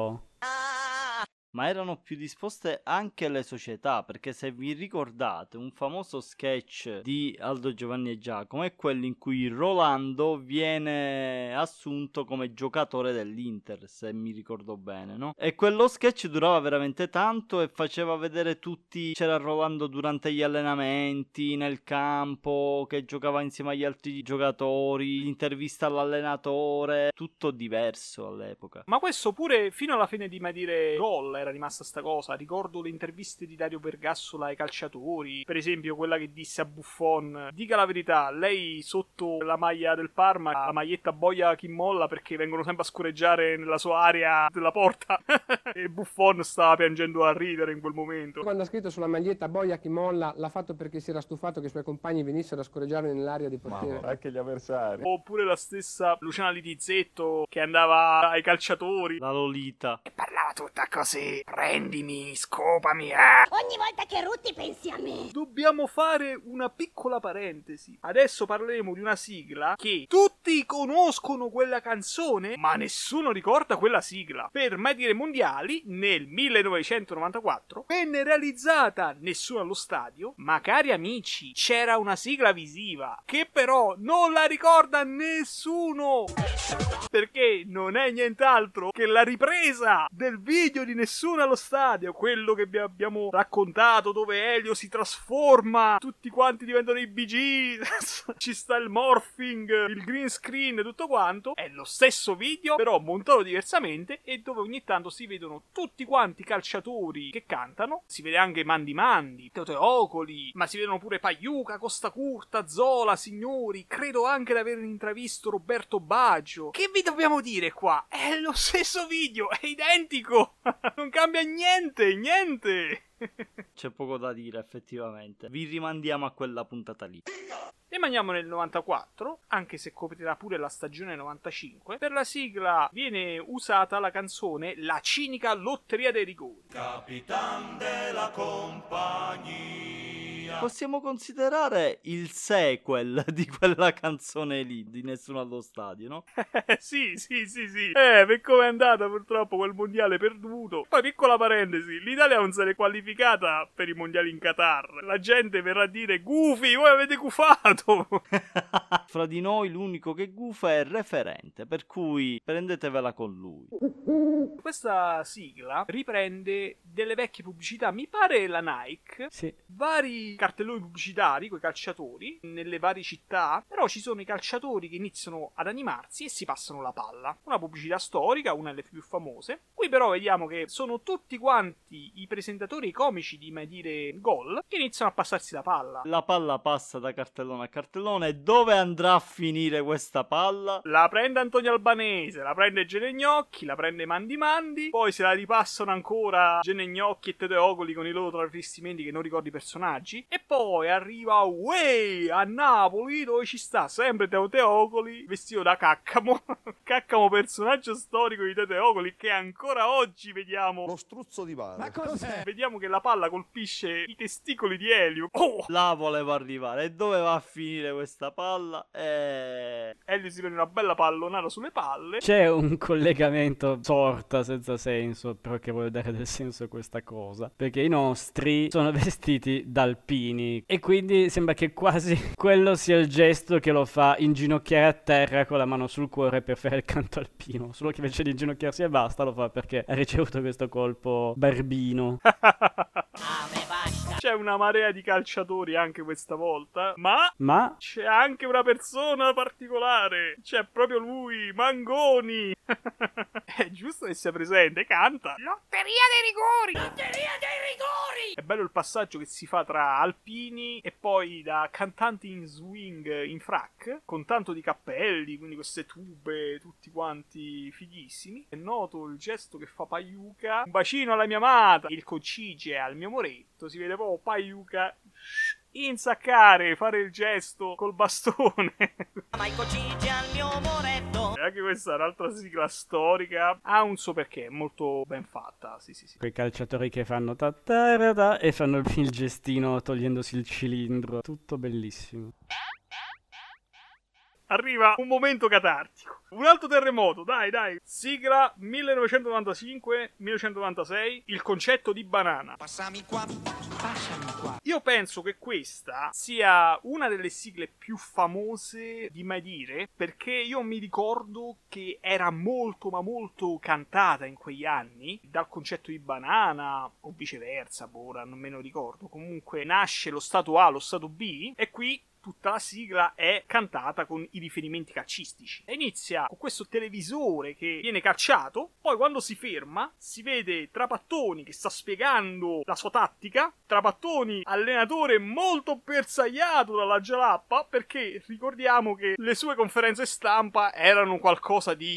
Ma erano più disposte anche le società, perché se vi ricordate un famoso sketch di Aldo, Giovanni e Giacomo è quello in cui Rolando viene assunto come giocatore dell'Inter, se mi ricordo bene, no? E quello sketch durava veramente tanto e faceva vedere tutti, c'era Rolando durante gli allenamenti, nel campo, che giocava insieme agli altri giocatori, l'intervista all'allenatore, tutto diverso all'epoca. Ma questo pure fino alla fine di Mai dire gol, era rimasta sta cosa. Ricordo le interviste di Dario Vergassola ai calciatori, per esempio quella che disse a Buffon: dica la verità, lei sotto la maglia del Parma la maglietta boia chi molla perché vengono sempre a scorreggiare nella sua area della porta. E Buffon stava piangendo a ridere in quel momento. Quando ha scritto sulla maglietta boia chi molla, l'ha fatto perché si era stufato che i suoi compagni venissero a scorreggiare nell'area di portiere. Anche gli avversari. Oppure la stessa Luciana Litizzetto che andava ai calciatori, La Lolita. E parlava tutta così. Prendimi, scopami, Ogni volta che rutti pensi a me. Dobbiamo fare una piccola parentesi. Adesso parleremo di una sigla che tutti conoscono quella canzone, ma nessuno ricorda quella sigla. Per Mai Dire Mondiali, nel 1994, venne realizzata Nessuno allo stadio, ma cari amici, c'era una sigla visiva, che però non la ricorda nessuno, perché non è nient'altro che la ripresa del video di Nessuno allo stadio, quello che vi abbiamo raccontato, dove Elio si trasforma, tutti quanti diventano i BG, ci sta il morphing, il green screen, tutto quanto. È lo stesso video, però montato diversamente, e dove ogni tanto si vedono tutti quanti i calciatori che cantano. Si vede anche Mandi Mandi, Teotocoli, ma si vedono pure Pagliuca, Costa Curta, Zola, Signori. Credo anche di aver intravisto Roberto Baggio. Che vi dobbiamo dire qua? È lo stesso video, è identico. Non cambia niente, niente. C'è poco da dire, effettivamente. Vi rimandiamo a quella puntata lì. Rimaniamo nel 94, anche se coprirà pure la stagione 95. Per la sigla viene usata la canzone La cinica lotteria dei rigori. Capitan della compagnia. Possiamo considerare il sequel di quella canzone lì, di Nessuno allo stadio, no? Sì. Per come è andata purtroppo quel mondiale perduto. Poi piccola parentesi, l'Italia non se l'è qualificata per i mondiali in Qatar. La gente verrà a dire: gufi, voi avete gufato. Fra di noi l'unico che gufa è il referente, per cui prendetevela con lui. Questa sigla riprende delle vecchie pubblicità, mi pare la Nike, sì. Vari cartelloni pubblicitari con i calciatori nelle varie città, però ci sono i calciatori che iniziano ad animarsi e si passano la palla. Una pubblicità storica, una delle più famose. Qui però vediamo che sono tutti quanti i presentatori e i comici di Mai Dire Gol che iniziano a passarsi la palla. La palla passa da cartellone a cartellone, e dove andrà a finire questa palla? La prende Antonio Albanese, la prende Genegnocchi, la prende Mandi Mandi, poi se la ripassano ancora Genegnocchi e Tedeocoli con i loro travestimenti che non ricordo i personaggi, e poi arriva a Napoli, dove ci sta sempre Tedeocoli vestito da Caccamo. Caccamo, personaggio storico di Tedeocoli che ancora oggi vediamo. Lo struzzo di palla. Ma cos'è? Vediamo che la palla colpisce i testicoli di Elio. Oh! Là voleva arrivare. E dove va a finire questa palla? Elio si prende una bella pallonata sulle palle. C'è un collegamento sorta senza senso, però che vuole dare del senso a questa cosa, perché i nostri sono vestiti da alpini e quindi sembra che quasi quello sia il gesto che lo fa inginocchiare a terra con la mano sul cuore per fare il canto alpino, solo che invece di inginocchiarsi e basta lo fa perché ha ricevuto questo colpo barbino. C'è una marea di calciatori anche questa volta, ma c'è anche una persona particolare. C'è proprio lui, Mangoni. È giusto che sia presente, canta Lotteria dei rigori. Lotteria dei rigori. È bello il passaggio che si fa tra alpini e poi da cantanti in swing in frac, con tanto di cappelli, quindi queste tube, tutti quanti fighissimi. È noto il gesto che fa Pagliuca: un bacino alla mia amata, il concige al mio moretto. Si vede proprio Pagliuca insaccare, fare il gesto col bastone. Ma il concige al mio moretto. E anche questa è un'altra sigla storica. Ha un suo perché, è molto ben fatta. Sì. Quei calciatori che fanno ta ta ra ta e fanno il gestino togliendosi il cilindro. Tutto bellissimo. Arriva un momento catartico. Un altro terremoto, dai. Sigla 1995-1996, il concetto di banana. Passami qua. Io penso che questa sia una delle sigle più famose di Mai Dire, perché io mi ricordo che era molto ma molto cantata in quegli anni, dal concetto di banana, o viceversa, ora non me lo ricordo. Comunque nasce lo stato A, lo stato B, e qui tutta la sigla è cantata con i riferimenti calcistici. E inizia con questo televisore che viene cacciato, poi quando si ferma si vede Trapattoni che sta spiegando la sua tattica, Trapattoni allenatore molto bersagliato dalla Jalappa, perché ricordiamo che le sue conferenze stampa erano qualcosa di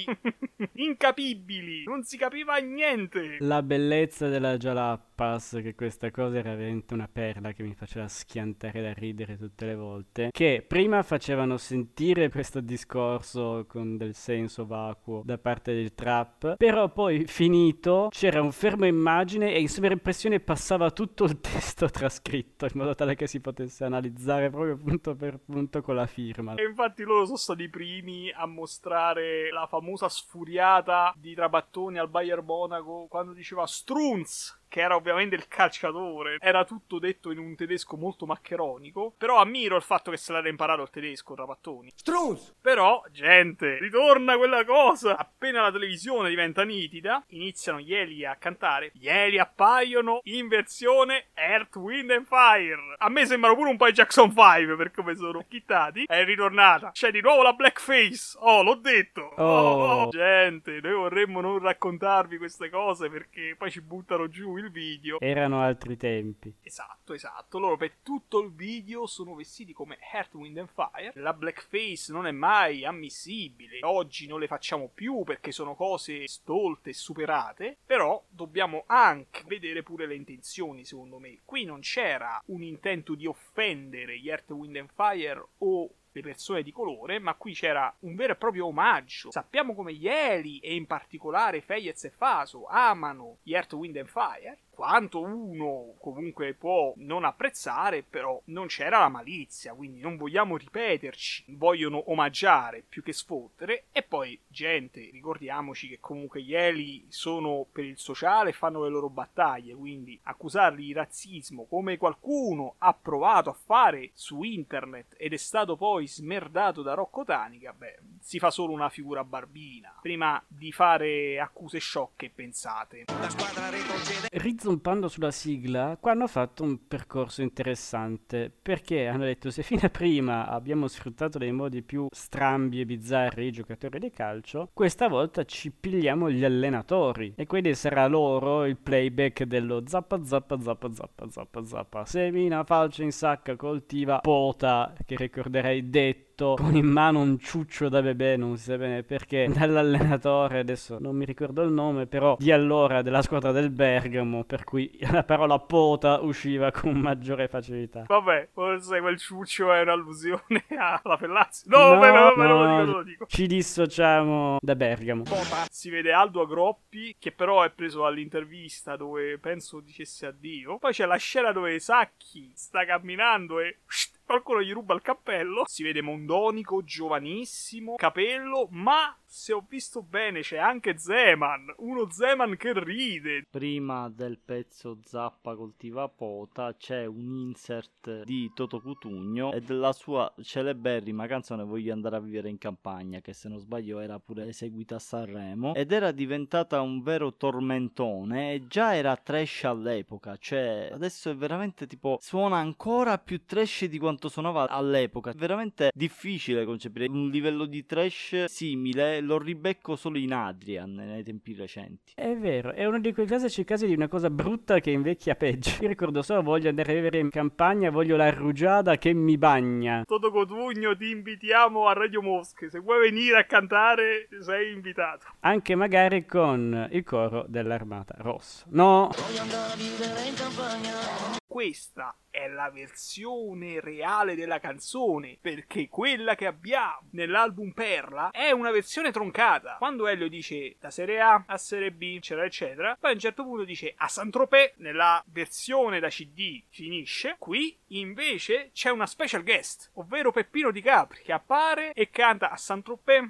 incapibili, non si capiva niente. La bellezza della Jalappas, che questa cosa era veramente una perla che mi faceva schiantare da ridere tutte le volte, che prima facevano sentire questo discorso con del senso vacuo da parte del trap, però poi finito c'era un fermo immagine e in sovraimpressione passava tutto il testo trascritto in modo tale che si potesse analizzare proprio punto per punto con la firma. E infatti loro sono stati i primi a mostrare la famosa sfuriata di Trapattoni al Bayern Monaco quando diceva Strunz, che era ovviamente il calciatore. Era tutto detto in un tedesco molto maccheronico, però ammiro il fatto che se l'era imparato il tedesco Trapattoni. Strunz! Però, gente, ritorna quella cosa. Appena la televisione diventa nitida, iniziano gli Eli a cantare. Gli Eli appaiono in versione Earth, Wind and Fire. A me sembrano pure un po' i Jackson 5 per come sono chittati. È ritornata. C'è di nuovo la blackface. Oh, l'ho detto. Oh. Gente, noi vorremmo non raccontarvi queste cose perché poi ci buttano giù il video. Erano altri tempi. Esatto. Loro per tutto il video sono vestiti come Earth, Wind and Fire. La blackface non è mai ammissibile. Oggi non le facciamo più perché sono cose stolte e superate. Però dobbiamo anche vedere pure le intenzioni, secondo me. Qui non c'era un intento di offendere gli Earth, Wind and Fire o le persone di colore, ma qui c'era un vero e proprio omaggio. Sappiamo come gli Eli, e in particolare Feyez e Faso, amano gli Earth, Wind and Fire, quanto uno comunque può non apprezzare, però non c'era la malizia, quindi non vogliamo ripeterci, vogliono omaggiare più che sfottere. E poi, gente, ricordiamoci che comunque gli Eli sono per il sociale e fanno le loro battaglie, quindi accusarli di razzismo, come qualcuno ha provato a fare su internet ed è stato poi smerdato da Rocco Tanica, si fa solo una figura barbina. Prima di fare accuse sciocche, pensate. La squadra Rizompando sulla sigla, qua hanno fatto un percorso interessante, perché hanno detto: se fino a prima abbiamo sfruttato dei modi più strambi e bizzarri i giocatori di calcio, questa volta ci pigliamo gli allenatori, e quindi sarà loro il playback dello zappa zappa zappa zappa zappa zappa, semina, falce in sacca, coltiva, pota, che ricorderei detto con in mano un ciuccio da bebè, non si sa bene perché, dall'allenatore, adesso non mi ricordo il nome, però di allora, della squadra del Bergamo, per cui la parola pota usciva con maggiore facilità. Vabbè, forse quel ciuccio è un'allusione alla Fellazzi. Non lo dico. Ci dissociamo da Bergamo. Si vede Aldo Agroppi, che però è preso all'intervista dove penso dicesse addio. Poi c'è la scena dove Sacchi sta camminando e qualcuno gli ruba il cappello. Si vede Mondonico, giovanissimo, capello, ma se ho visto bene c'è anche Zeman, uno Zeman che ride. Prima del pezzo Zappa coltiva pota c'è un insert di Toto Cutugno e della sua celeberrima canzone Voglio andare a vivere in campagna, che se non sbaglio era pure eseguita a Sanremo ed era diventata un vero tormentone, e già era trash all'epoca, cioè adesso è veramente tipo suona ancora più trash di quanto suonava all'epoca. È veramente difficile concepire un livello di trash simile, lo ribecco solo in Adrian nei tempi recenti. È vero, è uno di quei classici casi di una cosa brutta che invecchia peggio. Io ricordo solo voglio andare a vivere in campagna, voglio la rugiada che mi bagna. Toto Cutugno, ti invitiamo a Radio Mosche, se vuoi venire a cantare sei invitato. Anche magari con il coro dell'Armata Rossa. No! Voglio andare a vivere in campagna. Questa è la versione reale della canzone, perché quella che abbiamo nell'album Perla è una versione troncata. Quando Elio dice da Serie A a Serie B, eccetera eccetera, poi a un certo punto dice a Saint-Tropez, nella versione da CD finisce. Qui invece c'è una special guest, ovvero Peppino Di Capri, che appare e canta a Saint-Tropez,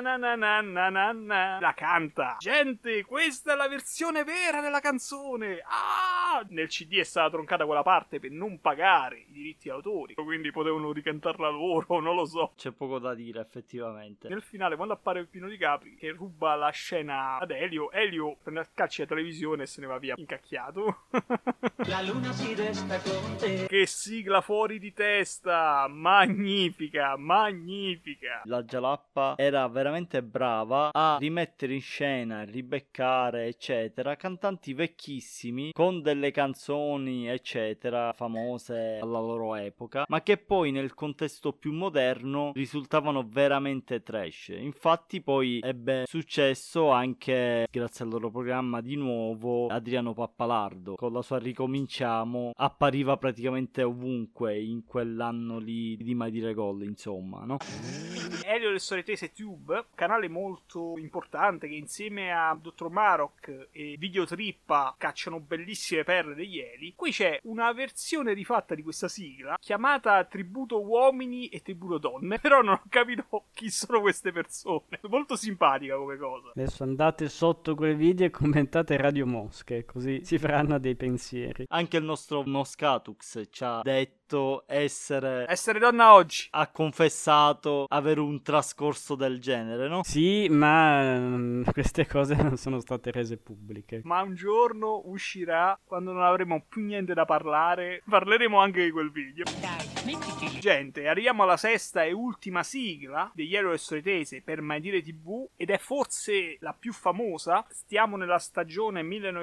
la canta. Gente, questa è la versione vera della canzone. Nel CD è stata troncata quella parte per non pagare i diritti d'autore, quindi potevano ricantarla loro, non lo so. C'è poco da dire, effettivamente. Nel finale, quando appare Pino Di Capri che ruba la scena ad Elio prende a calci la televisione e se ne va via incacchiato. La luna si resta con te. Che sigla fuori di testa, magnifica, magnifica. La Jalappa era veramente brava a rimettere in scena, ribeccare, eccetera, cantanti vecchissimi con delle canzoni, eccetera, famose alla loro epoca, ma che poi nel contesto più moderno risultavano veramente trash. Infatti poi ebbe successo anche grazie al loro programma di nuovo Adriano Pappalardo, con la sua Ricominciamo appariva praticamente ovunque in quell'anno lì di Mai Dire Gol, insomma, no? Elio e le storie tese Tube, canale molto importante che insieme a Dr. Marok e Videotrippa cacciano bellissime perle degli Eli. Qui c'è una versione rifatta di questa sigla chiamata Tributo Uomini e Tributo Donne, però non ho capito chi sono queste persone. Molto simpatica come cosa. Adesso andate sotto quel video e commentate Radio Mosche, così si faranno dei pensieri. Anche il nostro Moscatux ci ha detto essere donna oggi. Ha confessato avere un trascorso del genere, no? Sì, ma queste cose non sono state rese pubbliche. Ma un giorno uscirà, quando non avremo più niente da parlare, parleremo anche di quel video. Gente, arriviamo alla sesta e ultima sigla degli Elio e le storie tese per Mai Dire TV, ed è forse la più famosa. Stiamo nella stagione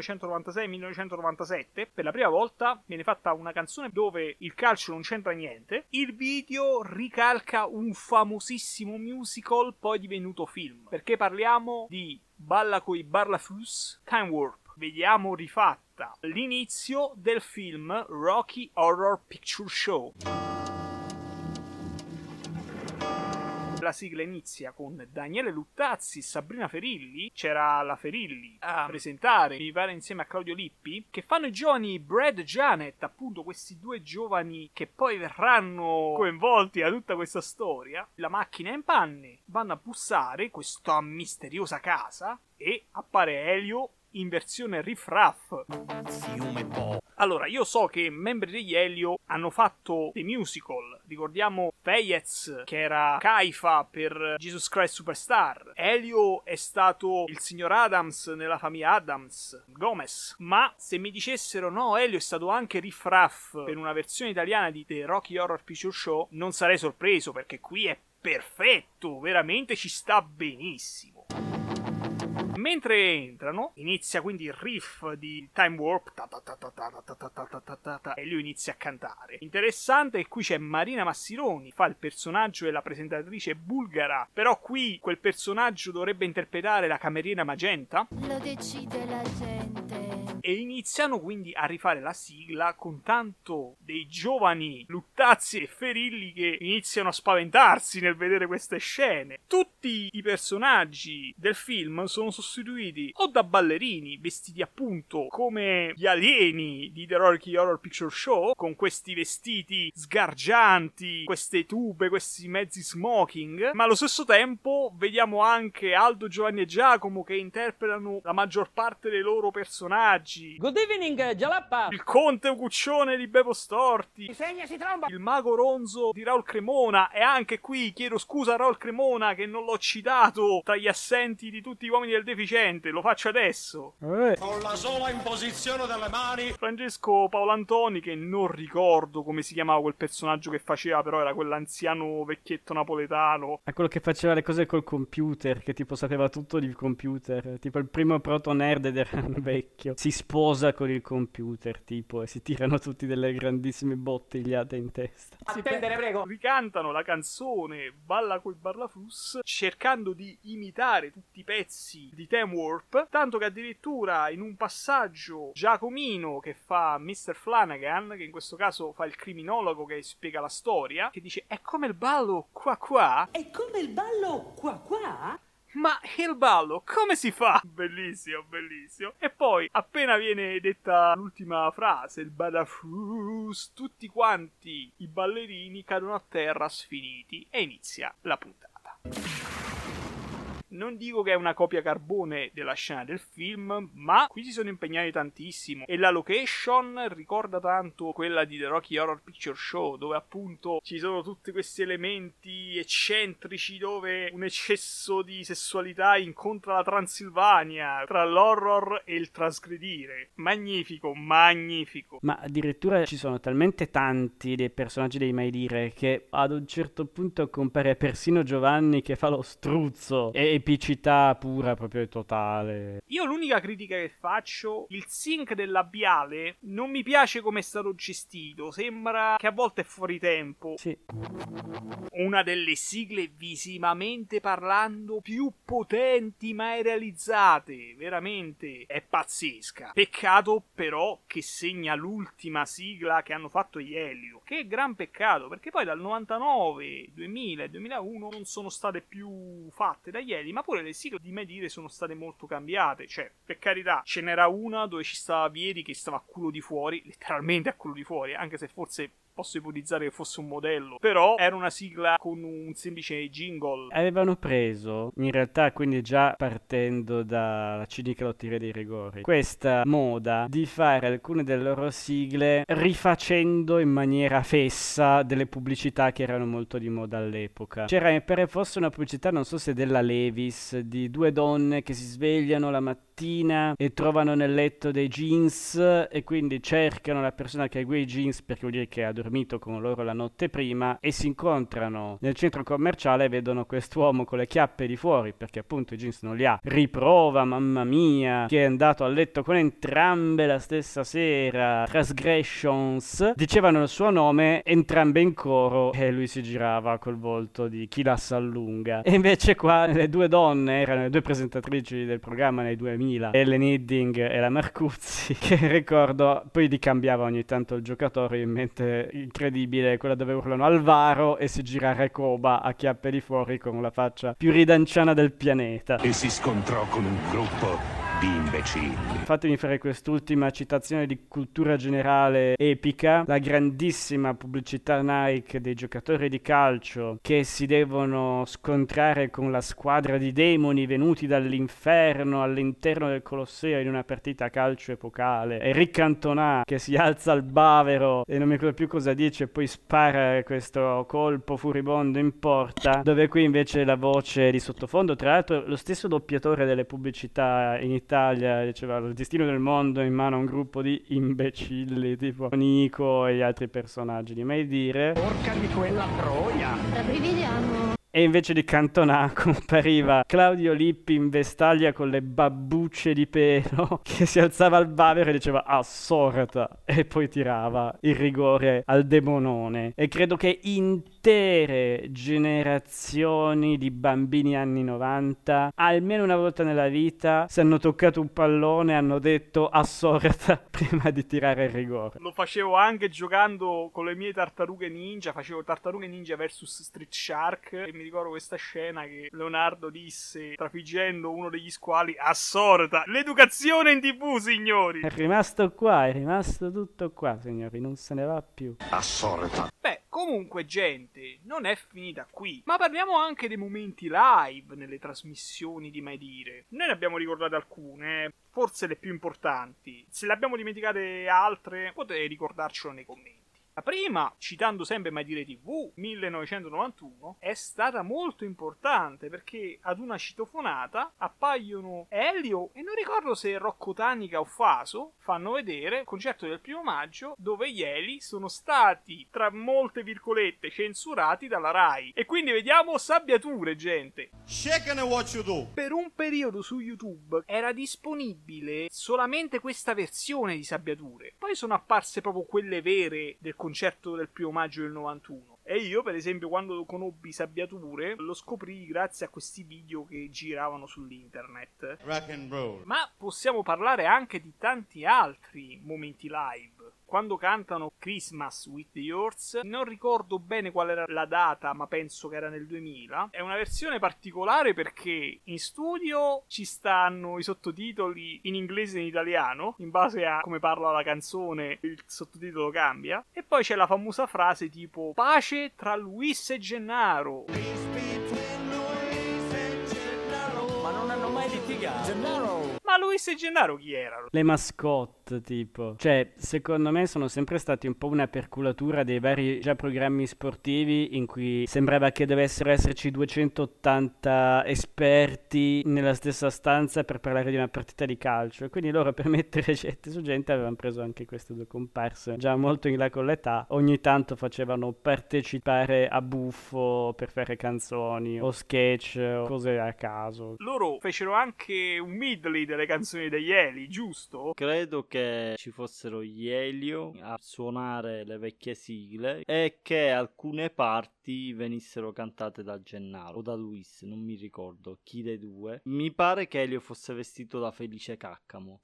1996-1997. Per la prima volta viene fatta una canzone dove il calcio non c'entra niente. Il video ricalca un famosissimo musical poi divenuto film, perché parliamo di Balla coi Barlafus, Time Warp. Vediamo rifatta l'inizio del film Rocky Horror Picture Show. La sigla inizia con Daniele Luttazzi, Sabrina Ferilli, c'era la Ferilli a presentare, mi pare insieme a Claudio Lippi, che fanno i giovani Brad e Janet, appunto questi due giovani che poi verranno coinvolti da tutta questa storia. La macchina è in panne, vanno a bussare questa misteriosa casa e appare Elio in versione riff-raff. Fiume Po. Allora, io so che membri degli Elio hanno fatto dei musical. Ricordiamo Feyez, che era Caifa per Jesus Christ Superstar. Elio è stato il signor Adams nella famiglia Adams, Gomez. Ma se mi dicessero no, Elio è stato anche riff-raff per una versione italiana di The Rocky Horror Picture Show, non sarei sorpreso, perché qui è perfetto, veramente ci sta benissimo. Mentre entrano, inizia quindi il riff di Time Warp e lui inizia a cantare. Interessante che qui c'è Marina Massironi, fa il personaggio della presentatrice bulgara, però qui quel personaggio dovrebbe interpretare la cameriera Magenta. Lo decide la gente. E iniziano quindi a rifare la sigla con tanto dei giovani Luttazzi e Ferilli che iniziano a spaventarsi nel vedere queste scene. Tutti i personaggi del film sono sostituiti o da ballerini vestiti appunto come gli alieni di The Rocky Horror Picture Show, con questi vestiti sgargianti, queste tube, questi mezzi smoking, ma allo stesso tempo vediamo anche Aldo, Giovanni e Giacomo che interpretano la maggior parte dei loro personaggi. Good evening, Jalappa! Il conte Uguccione di Bebo Storti, Si tromba! il mago Ronzo di Raul Cremona, e anche qui chiedo scusa a Raul Cremona che non l'ho citato tra gli assenti di tutti gli uomini del deficiente, lo faccio adesso. Con la sola imposizione delle mani. Francesco Paolo Antoni, che non ricordo come si chiamava quel personaggio che faceva, però era quell'anziano vecchietto napoletano. È quello che faceva le cose col computer, che tipo sapeva tutto di computer, tipo il primo proto nerd ed era un vecchio. Si sposa con il computer, tipo, e si tirano tutti delle grandissime bottigliate in testa. Attendere, prego! Ricantano la canzone Balla coi Barlafus cercando di imitare tutti i pezzi di Time Warp, tanto che addirittura in un passaggio Giacomino, che fa Mr. Flanagan, che in questo caso fa il criminologo che spiega la storia, che dice è come il ballo qua qua. È come il ballo qua qua? Ma il ballo come si fa? Bellissimo, bellissimo. E poi appena viene detta l'ultima frase, il badafus, tutti quanti i ballerini cadono a terra sfiniti e inizia la puntata. non dico che è una copia carbone della scena del film, ma qui si sono impegnati tantissimo e la location ricorda tanto quella di The Rocky Horror Picture Show, dove appunto ci sono tutti questi elementi eccentrici dove un eccesso di sessualità incontra la Transilvania, tra l'horror e il trasgredire. Magnifico, magnifico. Ma addirittura ci sono talmente tanti dei personaggi dei Mai Dire che ad un certo punto compare persino Giovanni che fa lo struzzo. È epicità pura, proprio totale. Io l'unica critica che faccio, il sync del labiale non mi piace come è stato gestito, sembra che a volte è fuori tempo. Sì. Una delle sigle visivamente parlando più potenti mai realizzate, veramente è pazzesca. Peccato però che segna l'ultima sigla che hanno fatto gli Elio, che gran peccato, perché poi dal 99, 2000 e 2001 non sono state più fatte dagli Elio, ma pure le sigle di Mai Dire sono state molto cambiate. Cioè, per carità, ce n'era una dove ci stava Vieri che stava a culo di fuori, letteralmente a culo di fuori, anche se forse posso ipotizzare che fosse un modello, però era una sigla con un semplice jingle. Avevano preso, in realtà, quindi già partendo dalla cinica lotteria dei rigori, questa moda di fare alcune delle loro sigle rifacendo in maniera fessa delle pubblicità che erano molto di moda all'epoca. C'era, mi pare fosse una pubblicità, non so se della Levi's, di due donne che si svegliano la mattina e trovano nel letto dei jeans e quindi cercano la persona che ha quei jeans, perché vuol dire che ha dormito con loro la notte prima, e si incontrano nel centro commerciale e vedono quest'uomo con le chiappe di fuori perché appunto i jeans non li ha. Riprova, mamma mia, che è andato a letto con entrambe la stessa sera. Transgressions. Dicevano il suo nome entrambe in coro e lui si girava col volto di chi la s'allunga. E invece qua le due donne erano le due presentatrici del programma nei 2000, Ellen Hidding e la Marcuzzi, che ricordo poi li cambiava ogni tanto il giocatore, in mente incredibile quella dove urlano Alvaro e si gira Recoba a chiappe di fuori con la faccia più ridanciana del pianeta. E si scontrò con un gruppo di imbecilli. Fatemi fare quest'ultima citazione di cultura generale epica: la grandissima pubblicità Nike dei giocatori di calcio che si devono scontrare con la squadra di demoni venuti dall'inferno all'interno del Colosseo in una partita a calcio epocale, e Rick Cantona che si alza al bavero e non mi ricordo più cosa dice e poi spara questo colpo furibondo in porta, dove qui invece la voce di sottofondo, tra l'altro lo stesso doppiatore delle pubblicità in Italia, diceva il destino del mondo in mano a un gruppo di imbecilli tipo Nico e gli altri personaggi di Mai Dire. Porca di quella troia! Rivediamo. E invece di Cantona compariva Claudio Lippi in vestaglia con le babbucce di pelo che si alzava al bavero e diceva assorta e poi tirava il rigore al demonone. E credo che intere generazioni di bambini anni 90 almeno una volta nella vita, se hanno toccato un pallone, hanno detto assorta prima di tirare il rigore. Lo facevo anche giocando con le mie tartarughe ninja, facevo tartarughe ninja vs Street Shark e mi ricordo questa scena che Leonardo disse trafiggendo uno degli squali: assorta, l'educazione in TV, signori. È rimasto qua, è rimasto tutto qua, signori, non se ne va più. Assorta. Beh, comunque gente, non è finita qui, ma parliamo anche dei momenti live nelle trasmissioni di Mai Dire. Noi ne abbiamo ricordate alcune, forse le più importanti. Se le abbiamo dimenticate altre, potete ricordarcelo nei commenti. La prima, citando sempre Mai Dire TV, 1991, è stata molto importante perché ad una citofonata appaiono Elio e non ricordo se Rocco Tanica o Faso fanno vedere il concerto del 1 maggio dove gli Eli sono stati, tra molte virgolette, censurati dalla Rai. E quindi vediamo sabbiature, gente. Shaken and what you do. Per un periodo su YouTube era disponibile solamente questa versione di sabbiature. Poi sono apparse proprio quelle vere del concerto del 1 maggio del 91. E io, per esempio, quando conobbi sabbiature, lo scoprì grazie a questi video che giravano sull'internet. Rock and roll. Ma possiamo parlare anche di tanti altri momenti live. Quando cantano Christmas with the Yours, non ricordo bene qual era la data, ma penso che era nel 2000. È una versione particolare perché in studio ci stanno i sottotitoli in inglese e in italiano, in base a come parla la canzone il sottotitolo cambia, e poi c'è la famosa frase tipo pace tra Luis e Gennaro. figata. Gennaro! Ma Luis e Gennaro chi erano? Le mascotte, tipo. Cioè, secondo me sono sempre stati un po' una perculatura dei vari già programmi sportivi in cui sembrava che dovessero esserci 280 esperti nella stessa stanza per parlare di una partita di calcio. E quindi loro, per mettere gente su gente, avevano preso anche queste due comparse già molto in là con l'età. Ogni tanto facevano partecipare a buffo per fare canzoni o sketch o cose a caso. Loro fecero anche un medley delle canzoni degli Eli, giusto? Credo che ci fossero gli Elio a suonare le vecchie sigle e che alcune parti venissero cantate da Gennaro o da Luis, non mi ricordo chi dei due. Mi pare che Elio fosse vestito da Felice Caccamo.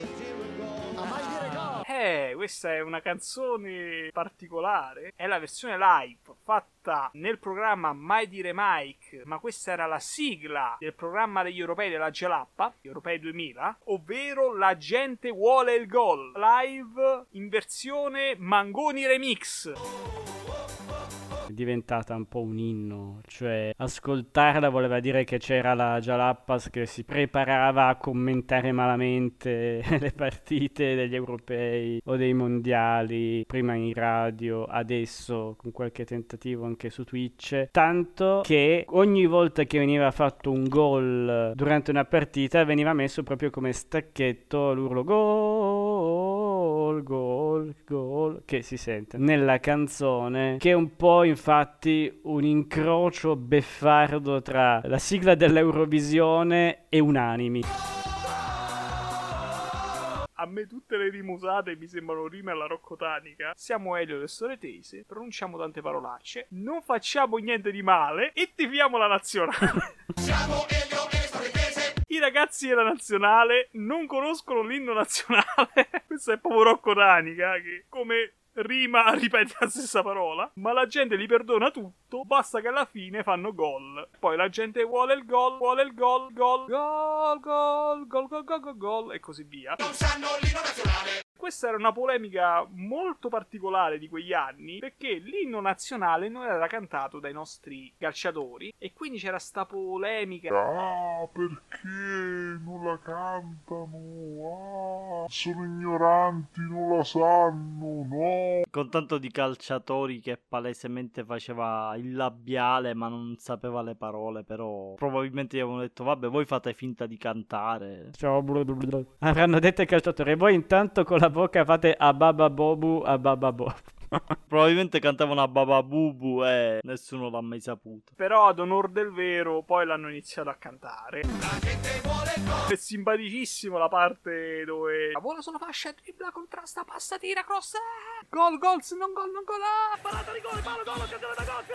Questa è una canzone particolare. È la versione live fatta nel programma Mai Dire Mike, ma questa era la sigla del programma degli europei della Jalappa, gli europei 2000, ovvero La gente vuole il gol, live in versione Mangoni Remix. È diventata un po' un inno, cioè ascoltarla voleva dire che c'era la Jalappas che si preparava a commentare malamente le partite degli europei o dei mondiali, prima in radio, adesso con qualche tentativo anche su Twitch, tanto che ogni volta che veniva fatto un gol durante una partita veniva messo proprio come stacchetto l'urlo gol, gol, gol, che si sente nella canzone, che è un po' infatti un incrocio beffardo tra la sigla dell'Eurovisione e Unanimi. A me tutte le rime usate mi sembrano rime alla roccotanica. Siamo Elio del Storie Tese, pronunciamo tante parolacce, non facciamo niente di male e tifiamo la nazionale. Siamo Elio del Storie Tese. I ragazzi della nazionale non conoscono l'inno nazionale. Questa è proprio roccotanica, che come rima ripete la stessa parola, ma la gente li perdona tutto, basta che alla fine fanno gol. Poi la gente vuole il gol, gol, gol, gol, gol, gol, gol, gol, gol, e così via. Non sanno l'inno nazionale. Questa era una polemica molto particolare di quegli anni, perché l'inno nazionale non era cantato dai nostri calciatori e quindi c'era sta polemica. Ah, perché non la cantano? Ah, sono ignoranti, non la sanno, no? Con tanto di calciatori che palesemente faceva il labiale ma non sapeva le parole, però probabilmente gli avevano detto vabbè, voi fate finta di cantare. Avranno detto ai calciatori, voi intanto con la bocca fate a baba bobu a baba bobu. Probabilmente cantavano a Baba Bubu e nessuno l'ha mai saputo. Però ad onor del vero poi l'hanno iniziato a cantare. La gente vuole gol. È simpaticissimo la parte dove la vola sulla fascia, dribbla, contrasta, passa, tira, cross, gol, gol, se non gol, non gol, parata di gol, palo, gol, occasione da gol,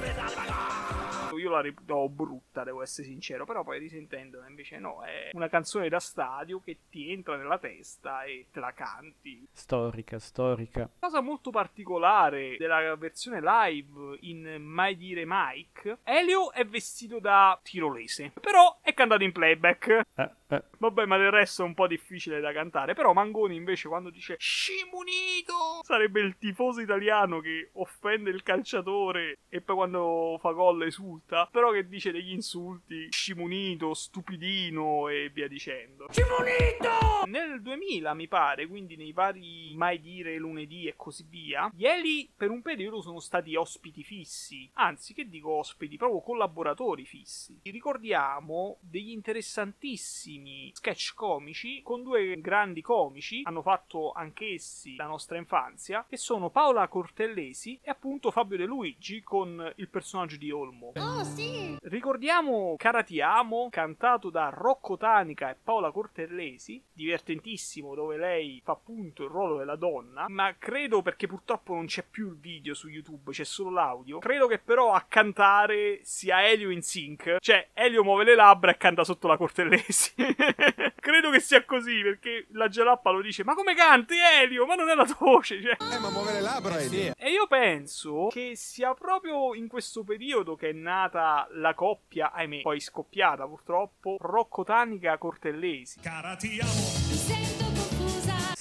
io la reputo brutta, devo essere sincero, però poi risentendola invece no, è una canzone da stadio che ti entra nella testa e te la canti. Storica, storica. Cosa molto particolare della versione live in Mai Dire Mike, Elio è vestito da tirolese, però è cantato in playback. Vabbè, ma del resto è un po' difficile da cantare. Però Mangoni invece quando dice scimunito sarebbe il tifoso italiano che offende il calciatore e poi quando fa gol esulta, però che dice degli insulti, scimunito, stupidino e via dicendo. Scimunito! Nel 2000 mi pare, quindi nei vari Mai Dire lunedì e così via, gli Eli per un periodo sono stati ospiti fissi, anzi che dico ospiti, proprio collaboratori fissi. Ricordiamo degli interessantissimi sketch comici con due grandi comici, hanno fatto anch'essi la nostra infanzia, che sono Paola Cortellesi e appunto Fabio De Luigi con il personaggio di Olmo. Oh sì! Ricordiamo Cara ti amo, cantato da Rocco Tanica e Paola Cortellesi, divertentissimo, dove lei fa appunto il ruolo della donna, ma credo, perché purtroppo non c'è più il video su YouTube, c'è solo l'audio, credo che però a cantare sia Elio in sync, cioè Elio muove le labbra e canta sotto la Cortellesi. Credo che sia così, perché la Jalappa lo dice: ma come canti, Elio? Ma non è la tua voce, cioè. Ma muove le labbra, Elio. E io penso che sia proprio in questo periodo che è nata la coppia, ahimè, poi scoppiata purtroppo, Rocco Tanica Cortellesi. Cara ti amo. Mi sento confusa.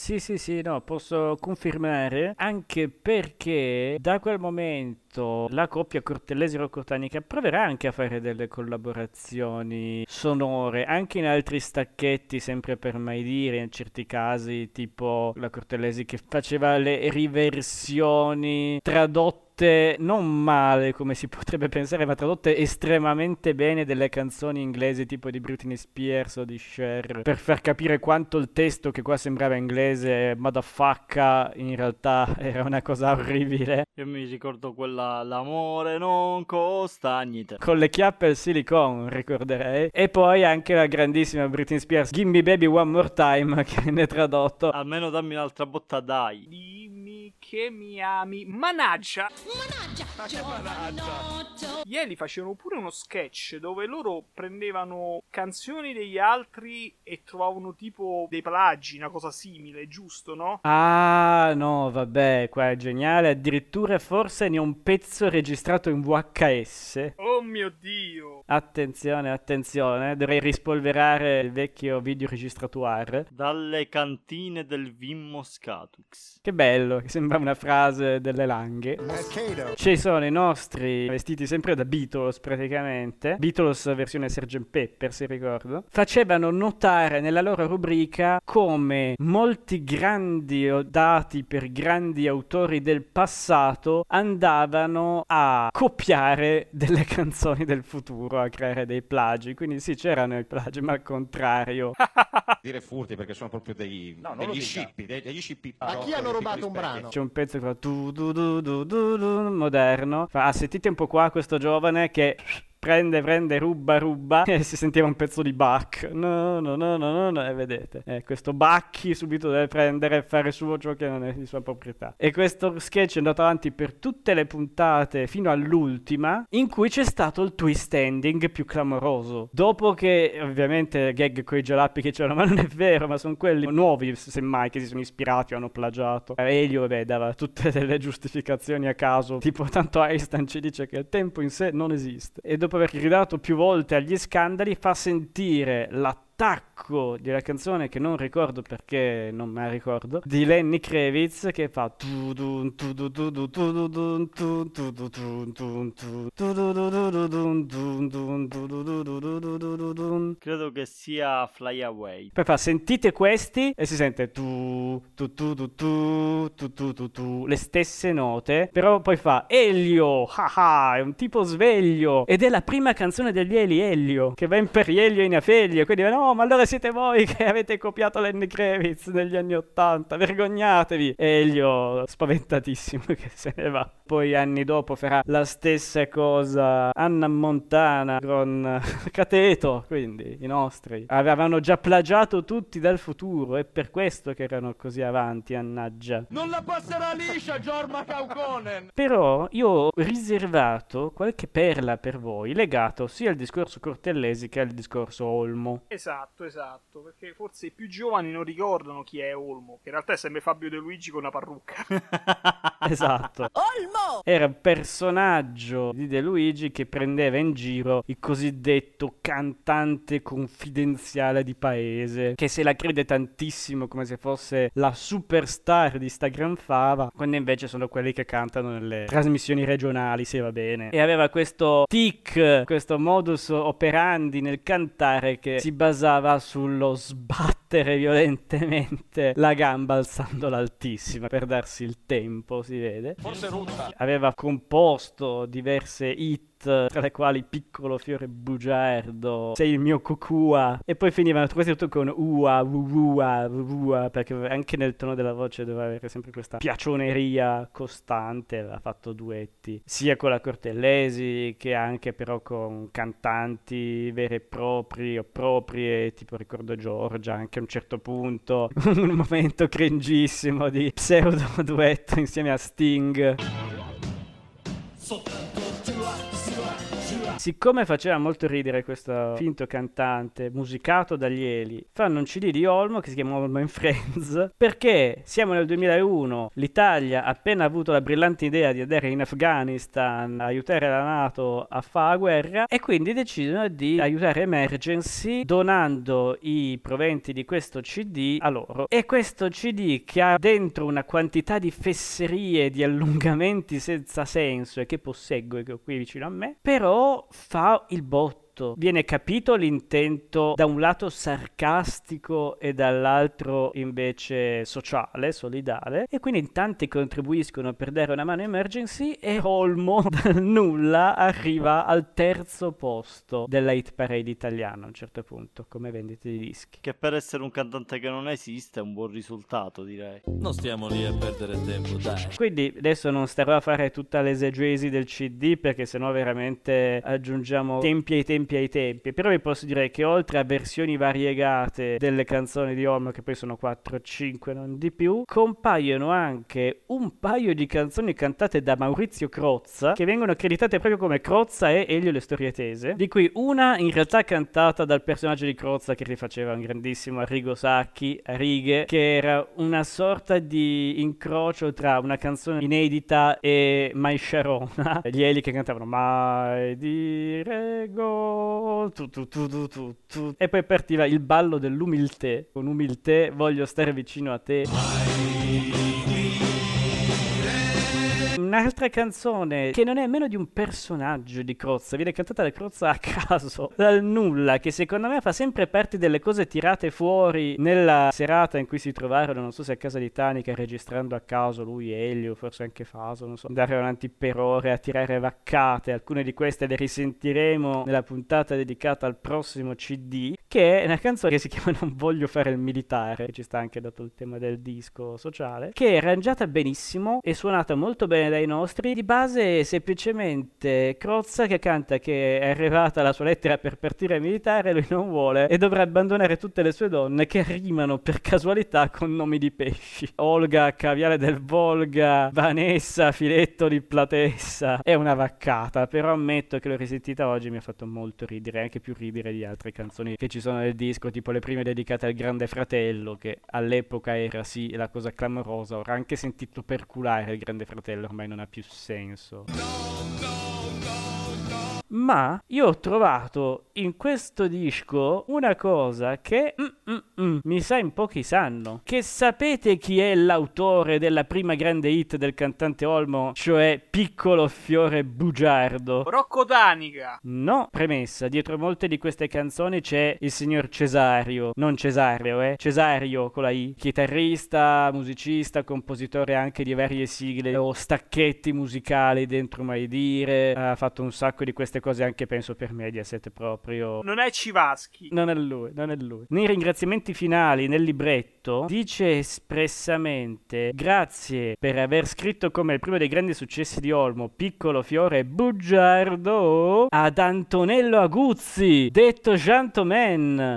Sì, no, posso confermare, anche perché da quel momento la coppia Cortellesi-Rocco-Tanica proverà anche a fare delle collaborazioni sonore, anche in altri stacchetti, sempre per mai dire, in certi casi, tipo la Cortellesi che faceva le riversioni tradotte non male come si potrebbe pensare, ma tradotte estremamente bene delle canzoni inglesi tipo di Britney Spears o di Cher, per far capire quanto il testo, che qua sembrava inglese motherfucker, in realtà era una cosa orribile. Io mi ricordo quella l'amore non costa niente, con le chiappe al silicone, ricorderei. E poi anche la grandissima Britney Spears, Gimme Baby One More Time, che ne è tradotto almeno dammi un'altra botta, dai. Dimmi che mi ami, managgia. Ieri facevano pure uno sketch dove loro prendevano canzoni degli altri e trovavano tipo dei plagi, una cosa simile, giusto, no? Ah, no, vabbè, qua è geniale. Addirittura forse ne ho un pezzo registrato in VHS. Oh mio Dio! Attenzione, dovrei rispolverare il vecchio videoregistratoire. Dalle cantine del Vim Moscatux. Che bello, che sembra una frase delle Langhe. Ci sono i nostri vestiti sempre da Beatles praticamente, Beatles versione Sgt. Pepper se ricordo, facevano notare nella loro rubrica come molti grandi dati per grandi autori del passato andavano a copiare delle canzoni del futuro, a creare dei plagi, quindi sì, c'erano i plagi, ma al contrario. Dire furti perché sono proprio degli scippi, degli scippi. A chi hanno rubato un brano? C'è un pezzo che fa moderno, fa, sentite un po' qua questo giovane che prende, ruba e si sentiva un pezzo di Bach. No, e vedete, questo Bacchi subito deve prendere e fare suo ciò che non è di sua proprietà. E questo sketch è andato avanti per tutte le puntate fino all'ultima, in cui c'è stato il twist ending più clamoroso. Dopo che ovviamente gag coi gelappi che c'erano, ma non è vero, ma sono quelli nuovi semmai che si sono ispirati o hanno plagiato. Elio vabbè dava tutte delle giustificazioni a caso, tipo tanto Einstein ci dice che il tempo in sé non esiste, e dopo aver gridato più volte agli scandali fa sentire l'attacco di una canzone che non ricordo perché non me la ricordo, di Lenny Kravitz, che fa credo che sia Fly Away. Poi fa sentite questi e si sente le stesse note, però poi fa Elio, è un tipo sveglio, ed è la prima canzone degli Elio che va in per Elio in Afelio, quindi no, ma allora siete voi che avete copiato Lenny Kravitz negli anni '80, vergognatevi. Elio spaventatissimo che se ne va. Poi anni dopo farà la stessa cosa Anna Montana con Cateto, quindi i nostri avevano già plagiato tutti dal futuro, è per questo che erano così avanti, annaggia. Non la passerà liscia Jorma Kaukonen. Però io ho riservato qualche perla per voi, legato sia al discorso Cortellesi che al discorso Olmo. Esatto, perché forse i più giovani non ricordano chi è Olmo, che in realtà è sempre Fabio De Luigi con una parrucca. Esatto. Olmo! Era un personaggio di De Luigi che prendeva in giro il cosiddetto cantante confidenziale di paese, che se la crede tantissimo come se fosse la superstar di sta gran fava, quando invece sono quelli che cantano nelle trasmissioni regionali, se va bene. E aveva questo tic, questo modus operandi nel cantare che si basava sullo sbattere violentemente la gamba alzandola altissima per darsi il tempo, si vede. Forse rutta. Aveva composto diverse hit, tra le quali Piccolo fiore bugiardo, Sei il mio cocua, e poi finivano tutto con ua, perché anche nel tono della voce doveva avere sempre questa piaccioneria costante. Aveva fatto duetti sia con la Cortellesi che anche però con cantanti veri e propri o proprie, tipo ricordo Giorgia anche a un certo punto, un momento cringissimo di pseudo duetto insieme a Sting. siccome faceva molto ridere questo finto cantante musicato dagli Eli, fanno un CD di Olmo che si chiama Olmo and Friends, perché siamo nel 2001, l'Italia ha appena avuto la brillante idea di andare in Afghanistan a aiutare la NATO a fare la guerra, e quindi decidono di aiutare Emergency donando i proventi di questo CD a loro. E questo CD, che ha dentro una quantità di fesserie, di allungamenti senza senso e che posseggo e che ho qui vicino a me, però fa il botto. Viene capito l'intento da un lato sarcastico e dall'altro invece sociale, solidale, e quindi in tanti contribuiscono per dare una mano a Emergency, e Olmo dal nulla arriva al terzo posto della hit parade italiana a un certo punto come vendite di dischi, che per essere un cantante che non esiste è un buon risultato, direi. Non stiamo lì a perdere tempo, dai. Quindi adesso non starò a fare tutta l'esegesi del CD, perché sennò veramente aggiungiamo tempi ai tempi, però vi posso dire che oltre a versioni variegate delle canzoni di Olmo, che poi sono 4-5 non di più, compaiono anche un paio di canzoni cantate da Maurizio Crozza, che vengono accreditate proprio come Crozza e Elio le storie tese, di cui una in realtà cantata dal personaggio di Crozza che rifaceva un grandissimo Arrigo Sacchi, a righe, che era una sorta di incrocio tra una canzone inedita e Mai Sharona, gli Eli che cantavano Mai dire go, tu. E poi partiva il ballo dell'umiltà, con umiltà voglio stare vicino a te. Un'altra canzone che non è meno di un personaggio di Crozza, viene cantata da Crozza a caso, dal nulla, che secondo me fa sempre parte delle cose tirate fuori nella serata in cui si trovarono, non so se a casa di Tanica, registrando a caso lui e Elio, forse anche Faso, non so, andare avanti per ore a tirare vaccate. Alcune di queste le risentiremo nella puntata dedicata al prossimo CD, che è una canzone che si chiama Non voglio fare il militare, che ci sta anche dato il tema del disco sociale, che è arrangiata benissimo e suonata molto bene dai nostri. Di base semplicemente Crozza che canta che è arrivata la sua lettera per partire militare, lui non vuole e dovrà abbandonare tutte le sue donne, che rimano per casualità con nomi di pesci: Olga, Caviale del Volga, Vanessa, Filetto di Platessa. È una vaccata, però ammetto che l'ho risentita oggi, mi ha fatto molto ridere, anche più ridere di altre canzoni che ci sono nel disco, tipo le prime dedicate al Grande Fratello, che all'epoca era sì la cosa clamorosa, ora anche sentito perculare il Grande Fratello ormai non ha più senso. Ma io ho trovato in questo disco una cosa che mi sa in pochi sanno. Che sapete chi è l'autore della prima grande hit del cantante Olmo, cioè Piccolo fiore bugiardo? Rocco Tanica. No, premessa, dietro molte di queste canzoni c'è il signor Cesario, non Cesario, Cesario con la I, chitarrista, musicista, compositore anche di varie sigle o stacchetti musicali dentro Mai Dire, ha fatto un sacco di queste cose anche penso per Mediaset proprio. Non è Civaschi. Non è lui. Nei ringraziamenti finali, nel libretto, dice espressamente: grazie per aver scritto come il primo dei grandi successi di Olmo, Piccolo fiore bugiardo, ad Antonello Aguzzi, detto Gentleman.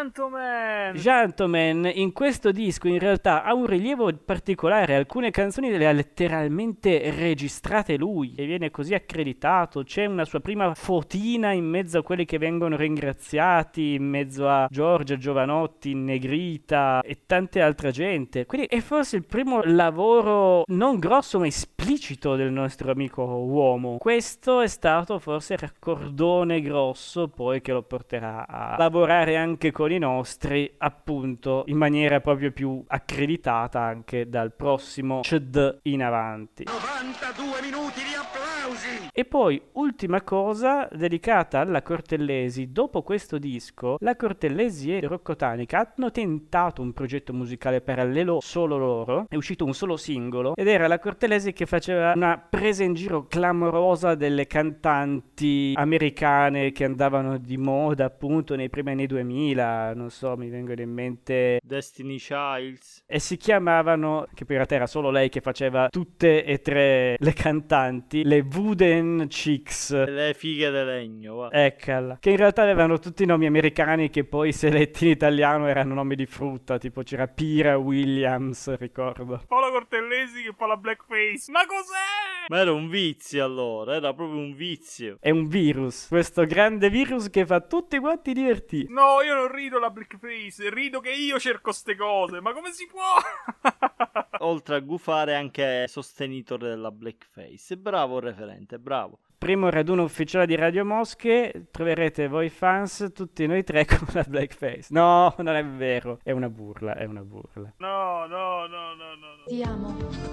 Gentleman in questo disco in realtà ha un rilievo particolare, alcune canzoni le ha letteralmente registrate lui e viene così accreditato. C'è una sua prima fotina in mezzo a quelli che vengono ringraziati, in mezzo a Giorgia Giovanotti, Negrita e tante altre gente. Quindi è forse il primo lavoro non grosso ma esplicito del nostro amico uomo. Questo è stato forse il raccordone grosso poi che lo porterà a lavorare anche con i nostri, appunto in maniera proprio più accreditata anche dal prossimo CD in avanti. 92 minuti di applausi! E poi ultima cosa dedicata alla Cortellesi. Dopo questo disco la Cortellesi e Rocco Tanica hanno tentato un progetto musicale parallelo solo loro, è uscito un solo singolo ed era la Cortellesi che faceva una presa in giro clamorosa delle cantanti americane che andavano di moda appunto nei primi anni 2000, non so, mi vengono in mente Destiny Childs, e si chiamavano, che poi in realtà era solo lei che faceva tutte e tre le cantanti, le Wooden Chicks. Le fighe di legno, va. Eccola. Che in realtà avevano tutti i nomi americani che poi se letti in italiano erano nomi di frutta, tipo c'era Pira Williams, ricordo. Paolo Cortellesi che fa la blackface. Ma cos'è? Ma era un vizio allora, era proprio un vizio. È un virus, questo grande virus che fa tutti quanti divertire. No, io non rido la blackface, rido che io cerco ste cose, ma come si può? Oltre a gufare anche sostenitore della blackface. Bravo referente, bravo. Primo raduno ufficiale di Radio Mosche, troverete voi fans, tutti noi tre con la blackface. No, non è vero, è una burla, è una burla. No. Ti amo.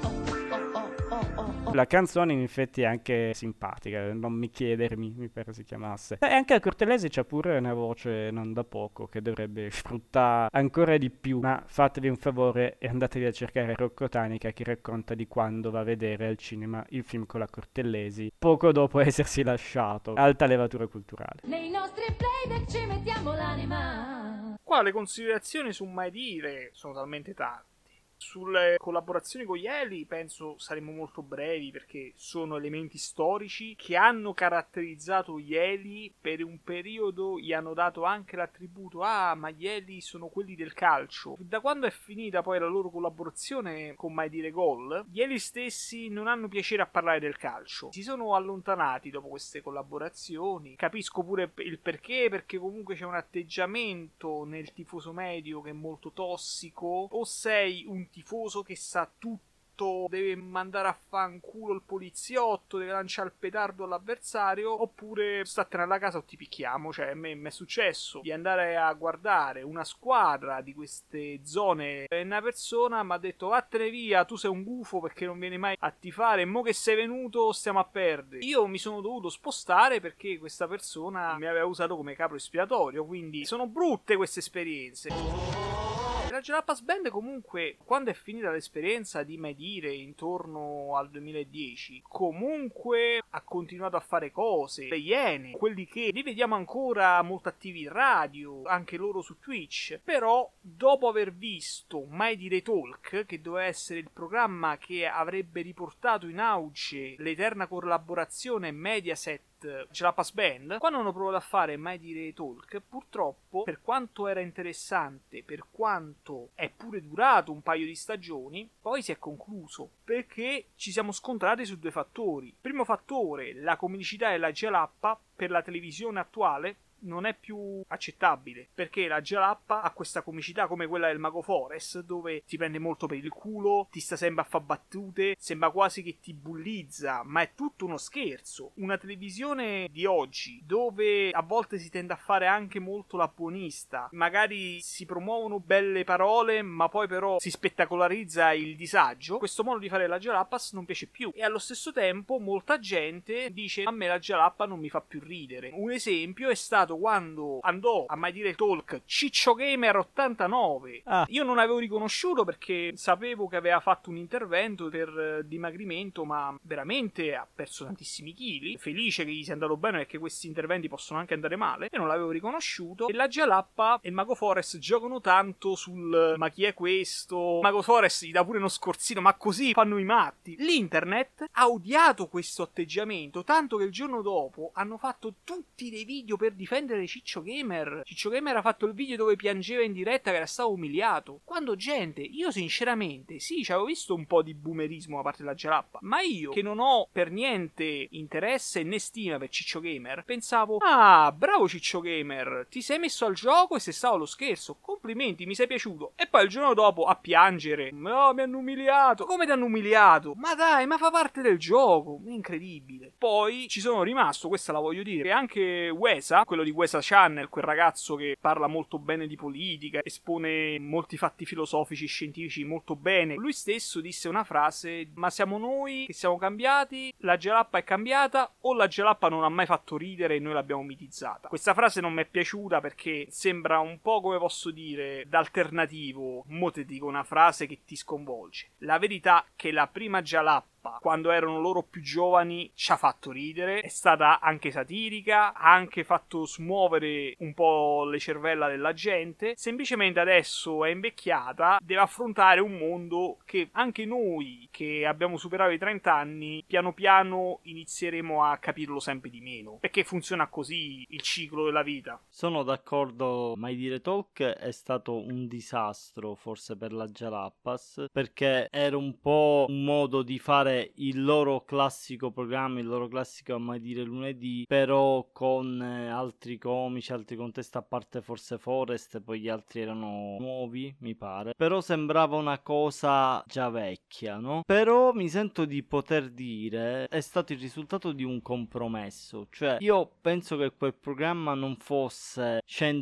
La canzone in effetti è anche simpatica, non mi chiedermi, mi pare si chiamasse. E anche il Cortellesi c'ha pure una voce non da poco che dovrebbe sfruttare ancora di più. Ma fatevi un favore e andatevi a cercare Rocco Tanica che racconta di quando va a vedere al cinema il film con la Cortellesi, poco dopo essersi lasciato. Alta levatura culturale. Nei nostri playback ci mettiamo l'anima. Qua le considerazioni su Mai Dire sono talmente tante. Sulle collaborazioni con gli Eli penso saremo molto brevi perché sono elementi storici che hanno caratterizzato gli Eli per un periodo, gli hanno dato anche l'attributo ma gli Eli sono quelli del calcio. Da quando è finita poi la loro collaborazione con Mai Dire Gol, gli Eli stessi non hanno piacere a parlare del calcio, si sono allontanati dopo queste collaborazioni. Capisco pure il perché comunque c'è un atteggiamento nel tifoso medio che è molto tossico. O sei un tifoso che sa tutto, deve mandare a fanculo il poliziotto, deve lanciare il petardo all'avversario, oppure statene alla casa o ti picchiamo. Cioè, a me è successo di andare a guardare una squadra di queste zone e una persona mi ha detto vattene via, tu sei un gufo perché non vieni mai a tifare, mo che sei venuto stiamo a perdere. Io mi sono dovuto spostare perché questa persona mi aveva usato come capro espiatorio, quindi sono brutte queste esperienze. La Jalapas Band comunque, quando è finita l'esperienza di Mai Dire intorno al 2010, comunque ha continuato a fare cose. Le Iene, quelli che li vediamo ancora molto attivi in radio, anche loro su Twitch, però dopo aver visto Mai Dire Talk, che doveva essere il programma che avrebbe riportato in auge l'eterna collaborazione Mediaset Jalapas Band, quando hanno provato a fare Mai Dire Talk, purtroppo, per quanto era interessante, per quanto è pure durato un paio di stagioni, poi si è concluso perché ci siamo scontrati su due fattori. Primo fattore, la comicità della Jalappa per la televisione attuale non è più accettabile, perché la Jalappa ha questa comicità come quella del Mago Forest, dove ti prende molto per il culo, ti sta sempre a fa battute, sembra quasi che ti bullizza, ma è tutto uno scherzo. Una televisione di oggi, dove a volte si tende a fare anche molto la buonista, magari si promuovono belle parole, ma poi però si spettacolarizza il disagio, questo modo di fare la Jalappas non piace più, e allo stesso tempo molta gente dice a me la Jalappa non mi fa più ridere. Un esempio è stato quando andò a Mai Dire Talk Ciccio Gamer 89. Io non avevo riconosciuto perché sapevo che aveva fatto un intervento per dimagrimento, ma veramente ha perso tantissimi chili. Felice che gli sia andato bene perché questi interventi possono anche andare male, e non l'avevo riconosciuto. E la Jalappa e il Mago Forest giocano tanto sul ma chi è questo? Mago Forest gli dà pure uno scorzino, ma così fanno i matti. L'internet ha odiato questo atteggiamento, tanto che il giorno dopo hanno fatto tutti dei video per difendere Ciccio Gamer. Ciccio Gamer ha fatto il video dove piangeva in diretta che era stato umiliato. Quando gente, io sinceramente, sì, ci avevo visto un po' di boomerismo da parte della Jalappa, ma io, che non ho per niente interesse né stima per Ciccio Gamer, pensavo, bravo Ciccio Gamer, ti sei messo al gioco e sei stato allo scherzo, complimenti, mi sei piaciuto. E poi il giorno dopo a piangere, no, mi hanno umiliato. Come ti hanno umiliato? Ma dai, ma fa parte del gioco, è incredibile. Poi ci sono rimasto, questa la voglio dire, e anche Wesa, quello di Wesa Channel, quel ragazzo che parla molto bene di politica, espone molti fatti filosofici, scientifici molto bene. Lui stesso disse una frase, ma siamo noi che siamo cambiati, la Jalappa è cambiata o la Jalappa non ha mai fatto ridere e noi l'abbiamo mitizzata. Questa frase non mi è piaciuta perché sembra un po', come posso dire, d'alternativo. Mo te dico una frase che ti sconvolge. La verità è che la prima Jalappa Jalappa, quando erano loro più giovani, ci ha fatto ridere, è stata anche satirica, ha anche fatto smuovere un po' le cervella della gente. Semplicemente adesso è invecchiata, deve affrontare un mondo che anche noi che abbiamo superato i 30 anni piano piano inizieremo a capirlo sempre di meno, perché funziona così il ciclo della vita. Sono d'accordo, Mai Dire Talk è stato un disastro forse per la Jalappas, perché era un po' un modo di fare il loro classico programma, il loro classico Mai Dire Lunedì, però con altri comici, altri contesti, a parte forse Forest, poi gli altri erano nuovi, mi pare, però sembrava una cosa già vecchia, no? Però mi sento di poter dire è stato il risultato di un compromesso, cioè io penso che quel programma non fosse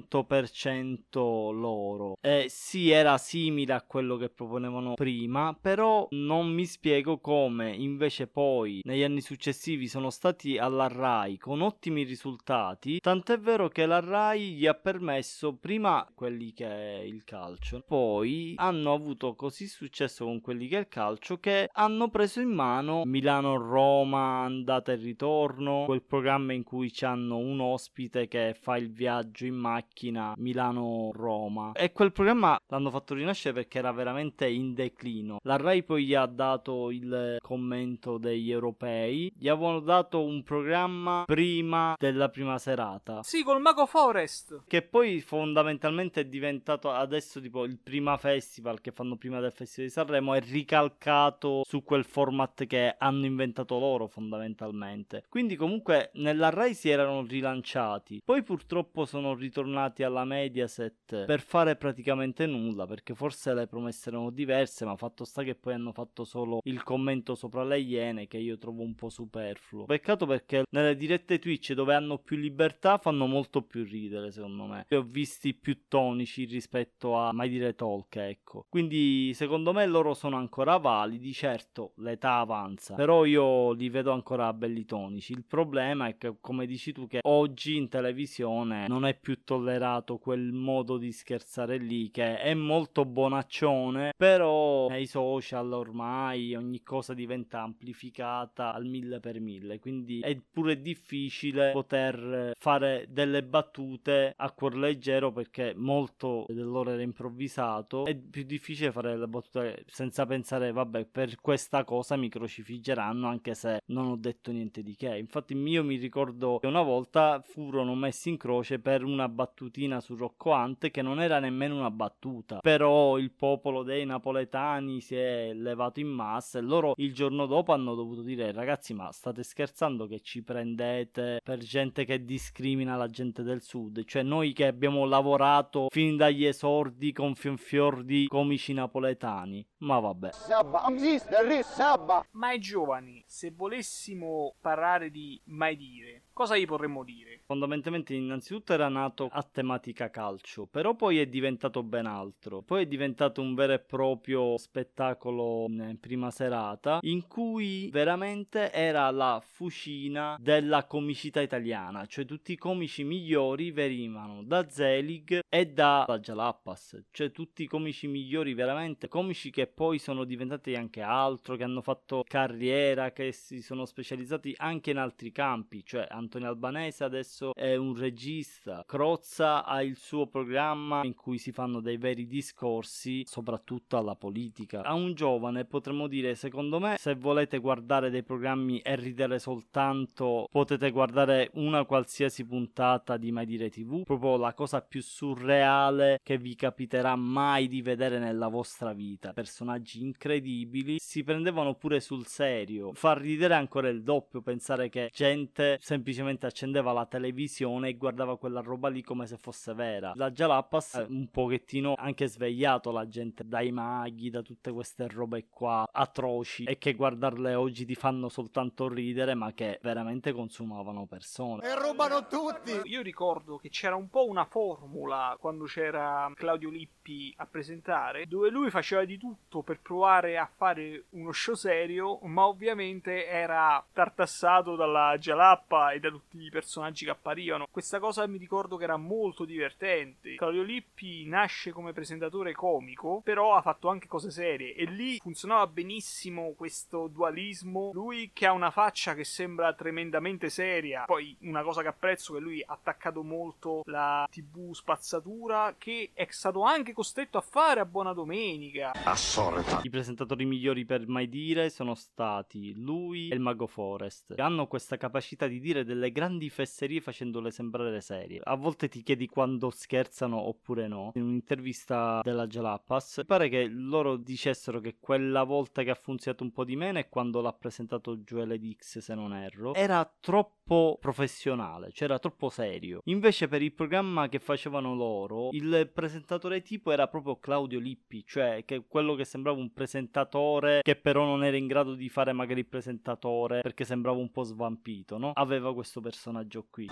100% loro, sì, era simile a quello che proponevano prima, però non mi spiego come invece poi negli anni successivi sono stati alla Rai con ottimi risultati, tant'è vero che la Rai gli ha permesso prima quelli che è il calcio, poi hanno avuto così successo con quelli che è il calcio che hanno preso in mano Milano-Roma, andata e ritorno, quel programma in cui c'hanno un ospite che fa il viaggio in macchina Milano-Roma, e quel programma l'hanno fatto rinascere perché era veramente in declino. La Rai poi gli ha dato il commento degli europei, gli avevano dato un programma prima della prima serata, sì, col Mago Forest, che poi fondamentalmente è diventato adesso tipo il Prima Festival che fanno prima del Festival di Sanremo, è ricalcato su quel format che hanno inventato loro fondamentalmente. Quindi comunque nella Rai si erano rilanciati, poi purtroppo sono ritornati alla Mediaset per fare praticamente nulla, perché forse le promesse erano diverse, ma fatto sta che poi hanno fatto solo il commento sopra le Iene, che io trovo un po' superfluo. Peccato, perché nelle dirette Twitch dove hanno più libertà fanno molto più ridere, secondo me. Li ho visti più tonici rispetto a Mai Dire Talk, ecco. Quindi secondo me loro sono ancora validi, certo l'età avanza, però io li vedo ancora belli tonici. Il problema è che, come dici tu, che oggi in televisione non è più tollerato quel modo di scherzare lì, che è molto bonaccione, però nei social ormai ogni cosa diventa amplificata al 1000x1000, quindi è pure difficile poter fare delle battute a cuor leggero, perché molto del loro era improvvisato. È più difficile fare le battute senza pensare vabbè, per questa cosa mi crocifiggeranno anche se non ho detto niente di che. Infatti io mi ricordo che una volta furono messi in croce per una battutina su Rocco Hunt che non era nemmeno una battuta, però il popolo dei napoletani si è levato in massa e loro il giorno dopo hanno dovuto dire ragazzi, ma state scherzando che ci prendete per gente che discrimina la gente del sud? Cioè noi che abbiamo lavorato fin dagli esordi con fior di comici napoletani. Ma vabbè. Ma ai giovani, se volessimo parlare di Mai Dire, cosa gli potremmo dire? Fondamentalmente innanzitutto era nato a tematica calcio, però poi è diventato ben altro. Poi è diventato un vero e proprio spettacolo in prima serata, in cui veramente era la fucina della comicità italiana, cioè tutti i comici migliori venivano da Zelig e da Jalappas, cioè tutti i comici migliori, veramente comici che poi sono diventati anche altro, che hanno fatto carriera, che si sono specializzati anche in altri campi, cioè Antonio Albanese adesso è un regista, Crozza ha il suo programma in cui si fanno dei veri discorsi soprattutto alla politica. A un giovane potremmo dire, secondo me, se volete guardare dei programmi e ridere soltanto, potete guardare una qualsiasi puntata di Mai Dire TV, proprio la cosa più surreale che vi capiterà mai di vedere nella vostra vita. Personaggi incredibili, si prendevano pure sul serio, fa ridere ancora il doppio pensare che gente semplicemente accendeva la televisione e guardava quella roba lì come se fosse vera. La Jalappas ha un pochettino anche svegliato la gente dai maghi, da tutte queste robe qua atroci e che guardarle oggi ti fanno soltanto ridere, ma che veramente consumavano persone e rubano tutti. Io ricordo che c'era un po' una formula quando c'era Claudio Lippi a presentare, dove lui faceva di tutto per provare a fare uno show serio, ma ovviamente era tartassato dalla Jalappa e da tutti i personaggi che apparivano. Questa cosa mi ricordo che era molto divertente. Claudio Lippi nasce come presentatore comico, però ha fatto anche cose serie e lì funzionava benissimo questo dualismo. Lui che ha una faccia che sembra tremendamente seria, poi una cosa che apprezzo è che lui ha attaccato molto la TV spazzatura, che è stato anche costretto a fare a Buona Domenica. Assorta. I presentatori migliori per mai dire sono stati lui e il Mago Forest, che hanno questa capacità di dire delle grandi fesserie facendole sembrare serie. A volte ti chiedi quando scherzano oppure no. In un'intervista della Jalapas pare che loro dicessero che quella volta che ha funzionato un po' di meno è quando l'ha presentato Joel Dix, se non erro, era troppo professionale, cioè era troppo serio. Invece per il programma che facevano loro, il presentatore tipo era proprio Claudio Lippi, cioè che quello che sembrava un presentatore che però non era in grado di fare magari il presentatore perché sembrava un po' svampito, no? Aveva questo personaggio qui.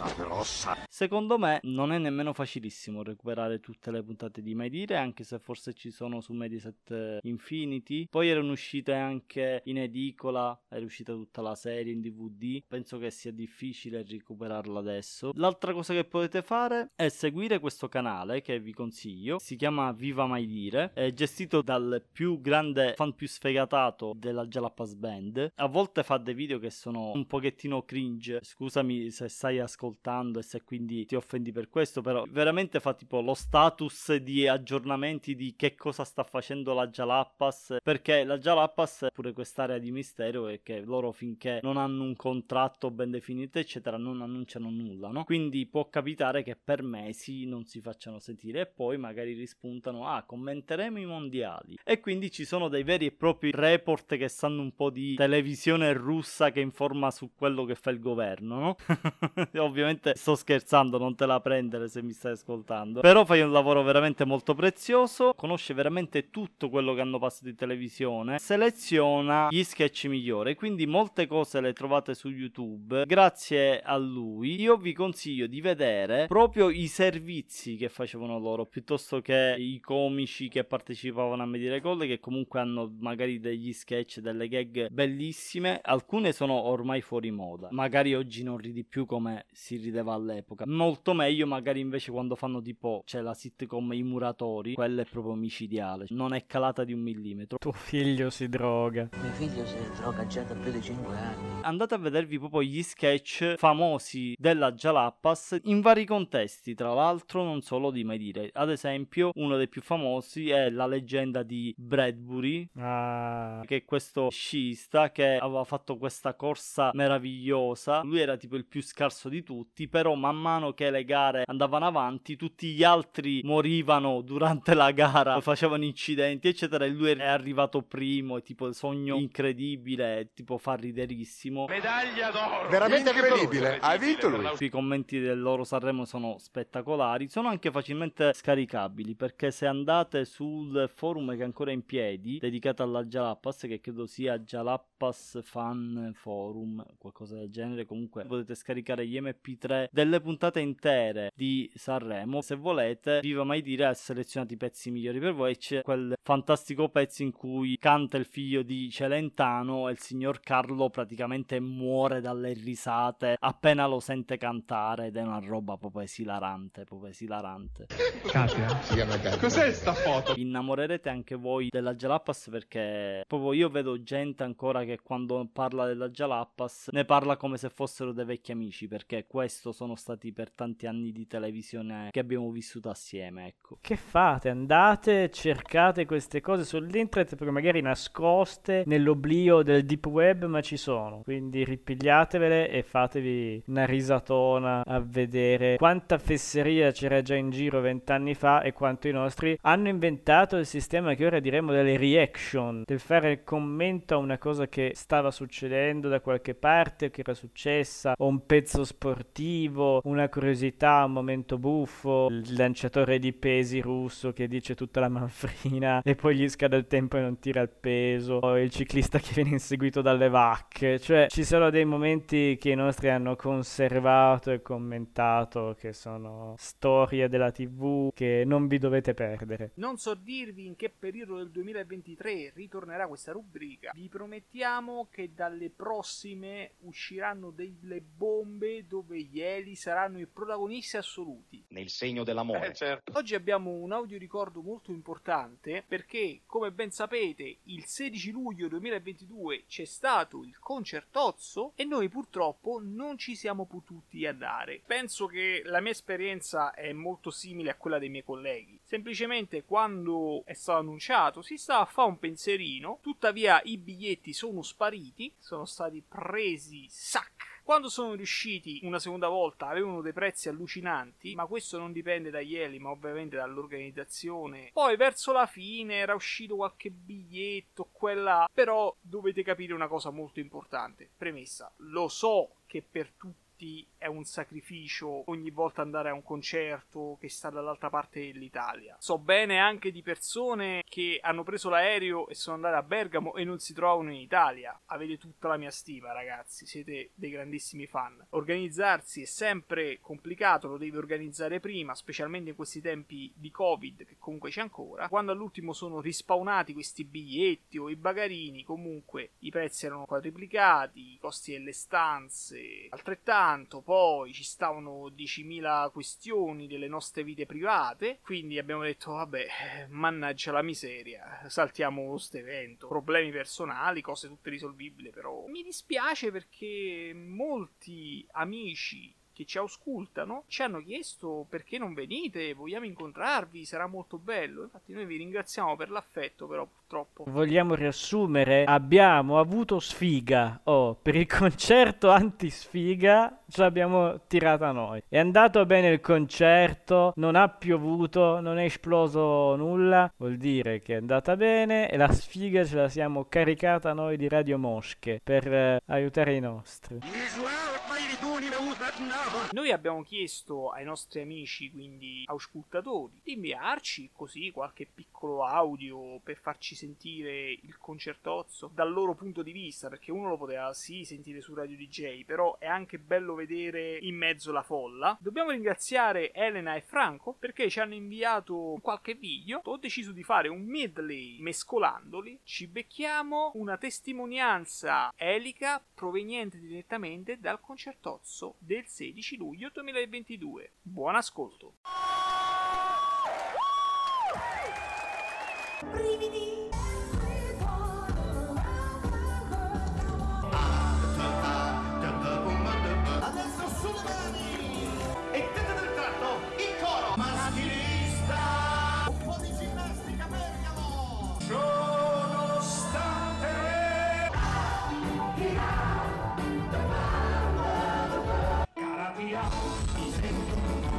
Secondo me non è nemmeno facilissimo recuperare tutte le puntate di Mai Dire, anche se forse ci sono su Mediaset Infinity. Poi erano uscite anche in edicola, era uscita tutta la serie in DVD. Penso che sia difficile recuperarla adesso. L'altra cosa che potete fare è seguire questo canale che vi consiglio, si chiama Viva Mai Dire, è gestito dal più grande fan più sfegatato della Jalapas Band. A volte fa dei video che sono un pochettino cringe, scusami se stai ascoltando e se quindi ti offendi per questo, però veramente fa tipo lo status di aggiornamenti di che cosa sta facendo la Jalapas, perché la Jalapas pure quest'area di mistero è che loro finché non hanno un contratto ben definito eccetera non annunciano nulla, no? Quindi può capitare che per mesi non si facciano sentire e poi magari rispuntano: ah, commenteremo i mondiali, e quindi ci sono dei veri e propri report che sanno un po' di televisione russa che informa su quello che fa il governo, no? Ovviamente sto scherzando, non te la prendere se mi stai ascoltando, però fai un lavoro veramente molto prezioso, conosce veramente tutto quello che hanno passato in televisione, seleziona gli sketch migliori, quindi molte cose le trovate su YouTube grazie a lui. Io vi consiglio di vedere proprio i servizi che facevano loro piuttosto che i comici che partecipavano a Mai Dire Gol, che comunque hanno magari degli sketch, delle gag bellissime. Alcune sono ormai fuori moda, magari oggi non ridi più come si rideva all'epoca. Molto meglio magari invece quando fanno tipo c'è la sitcom I Muratori, quella è proprio micidiale, non è calata di un millimetro. Tuo figlio si droga. Mio figlio si droga già da più di 5 anni. Andate a vedervi proprio gli sketch famosi della Jalapas in vari contesti, tra l'altro non solo di Mai Dire. Ad esempio uno dei più famosi è la leggenda di Bradbury, che è questo sciista che aveva fatto questa corsa meravigliosa. Lui era tipo il più scarso di tutti, però man mano che le gare andavano avanti tutti gli altri morivano durante la gara, facevano incidenti eccetera, e lui è arrivato primo, e tipo sogno incredibile, tipo fa riderissimo, medaglia d'oro, veramente incredibile, hai vinto lui. I commenti del loro Sanremo sono spettacolari, sono anche facilmente scaricabili, perché se andate sul forum che è ancora in piedi dedicato alla Jalapas, che credo sia Jalapas Fan Forum, qualcosa del genere, comunque potete scaricare gli MP3 delle puntate intere di Sanremo. Se volete, Viva Mai Dire ha selezionato i pezzi migliori per voi, e c'è quel fantastico pezzo in cui canta il figlio di Celentano e il signor Carlo praticamente muore dalle risate appena lo sente cantare, ed è una roba proprio esilarante, proprio esilarante. Cos'è sta foto? Innamorerete anche voi della Jalapas, perché proprio io vedo gente ancora che quando parla della Jalapas ne parla come se fossero dei vecchi amici, perché questo sono stati per tanti anni di televisione che abbiamo vissuto assieme, ecco. Che fate? Andate, cercate queste cose sull'internet, perché magari nascoste nell'oblio del deep web, ma ci sono, quindi ripigliatevele e fatevi una risatona a vedere quanta fesseria c'era già in giro 20 anni fa e quanto i nostri hanno inventato il sistema che ora diremo delle reaction, del fare il commento a una cosa che stava succedendo da qualche parte o che era successa, o un pezzo sportivo, una curiosità, un momento buffo, il lanciatore di pesi russo che dice tutta la manfrina e poi gli scade il tempo e non tira il peso, o il ciclista che viene inseguito dalle vacche. Cioè ci sono dei momenti che i nostri nostri hanno conservato e commentato, che sono storie della TV che non vi dovete perdere. Non so dirvi in che periodo del 2023 ritornerà questa rubrica. Vi promettiamo che dalle prossime usciranno delle bombe dove gli Eli saranno i protagonisti assoluti. Nel segno dell'amore. Certo. Oggi abbiamo un audioricordo molto importante perché, come ben sapete, il 16 luglio 2022 c'è stato il concertozzo e noi purtroppo non ci siamo potuti andare. Penso che la mia esperienza è molto simile a quella dei miei colleghi. Semplicemente quando è stato annunciato si stava a fare un pensierino, tuttavia i biglietti sono spariti, sono stati presi sac. Quando sono riusciti una seconda volta avevano dei prezzi allucinanti, ma questo non dipende dagli Eli, ma ovviamente dall'organizzazione. Poi verso la fine era uscito qualche biglietto, quella... Però dovete capire una cosa molto importante. Premessa, lo so che per tutti è un sacrificio ogni volta andare a un concerto che sta dall'altra parte dell'Italia. So bene anche di persone che hanno preso l'aereo e sono andate a Bergamo e non si trovano in Italia. Avete tutta la mia stima, ragazzi, siete dei grandissimi fan. Organizzarsi è sempre complicato, lo devi organizzare prima, specialmente in questi tempi di Covid, che comunque c'è ancora. Quando all'ultimo sono rispawnati questi biglietti o i bagarini, comunque i prezzi erano quadruplicati, i costi delle stanze altrettanto. Poi ci stavano 10.000 questioni delle nostre vite private, quindi abbiamo detto vabbè, mannaggia la miseria, saltiamo sto evento, problemi personali, cose tutte risolvibili. Però mi dispiace perché molti amici che ci auscultano ci hanno chiesto perché non venite, vogliamo incontrarvi, sarà molto bello. Infatti noi vi ringraziamo per l'affetto, però purtroppo vogliamo riassumere, abbiamo avuto sfiga. Per il concerto anti-sfiga ce l'abbiamo tirata noi. È andato bene il concerto, non ha piovuto, non è esploso nulla, vuol dire che è andata bene e la sfiga ce la siamo caricata noi di Radio Mosche per aiutare i nostri. Noi abbiamo chiesto ai nostri amici, quindi auscultatori, di inviarci così qualche piccolo audio per farci sentire il concertozzo dal loro punto di vista, perché uno lo poteva sì sentire su Radio DJ, però è anche bello vedere in mezzo la folla. Dobbiamo ringraziare Elena e Franco perché ci hanno inviato qualche video. Ho deciso di fare un medley mescolandoli. Ci becchiamo una testimonianza elica proveniente direttamente dal concertozzo del 16 luglio 2022. Buon ascolto. Adesso sulle mani e tete del tratto, il coro maschilista, un po' di ginnastica Bergamo, nonostante Caratia, mi sento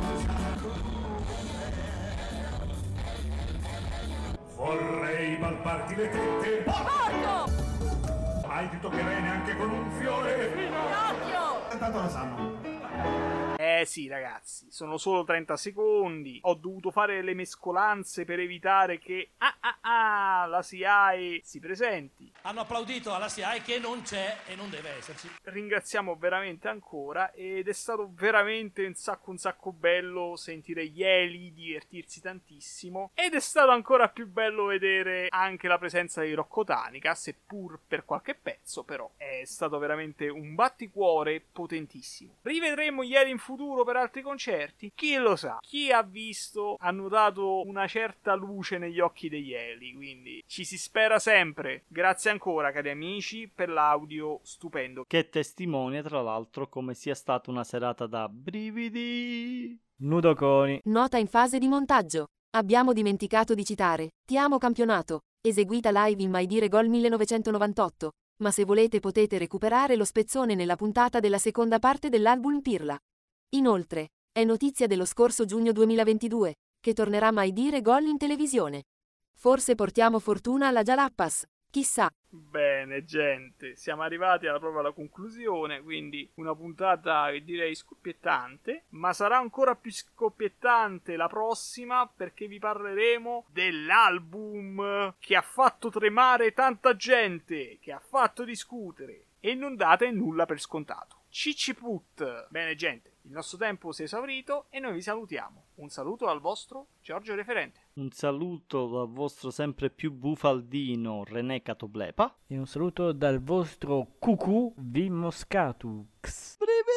vorrei palparti le tette. Hai ti toccherei neanche con un fiore. Tanto lo sanno. Sì ragazzi, sono solo 30 secondi. Ho dovuto fare le mescolanze per evitare che la SIAE si presenti. Hanno applaudito alla SIAE che non c'è e non deve esserci. Ringraziamo veramente ancora ed è stato veramente un sacco bello sentire gli Eli, divertirsi tantissimo, ed è stato ancora più bello vedere anche la presenza di Rocco Tanica, seppur per qualche pezzo, però è stato veramente un batticuore potentissimo. Rivedremo gli Eli in futuro per altri concerti? Chi lo sa? Chi ha visto ha notato una certa luce negli occhi degli Eli, quindi ci si spera sempre. Grazie ancora cari amici per l'audio stupendo, che testimonia tra l'altro come sia stata una serata da brividi. Nudo Coni. Nota in fase di montaggio. Abbiamo dimenticato di citare Ti amo campionato, eseguita live in My Dire Gol 1998, ma se volete potete recuperare lo spezzone nella puntata della seconda parte dell'album Pirla. Inoltre, è notizia dello scorso giugno 2022, che tornerà My Dire Gol in televisione. Forse portiamo fortuna alla Jalapas, chissà. Bene gente, siamo arrivati proprio alla conclusione, quindi una puntata che direi scoppiettante, ma sarà ancora più scoppiettante la prossima perché vi parleremo dell'album che ha fatto tremare tanta gente, che ha fatto discutere, e non date nulla per scontato. Cicciput. Bene gente, il nostro tempo si è esaurito e noi vi salutiamo. Un saluto dal vostro Giorgio Referente. Un saluto dal vostro sempre più bufaldino René Catoblepa. E un saluto dal vostro Cucù V Moscatux.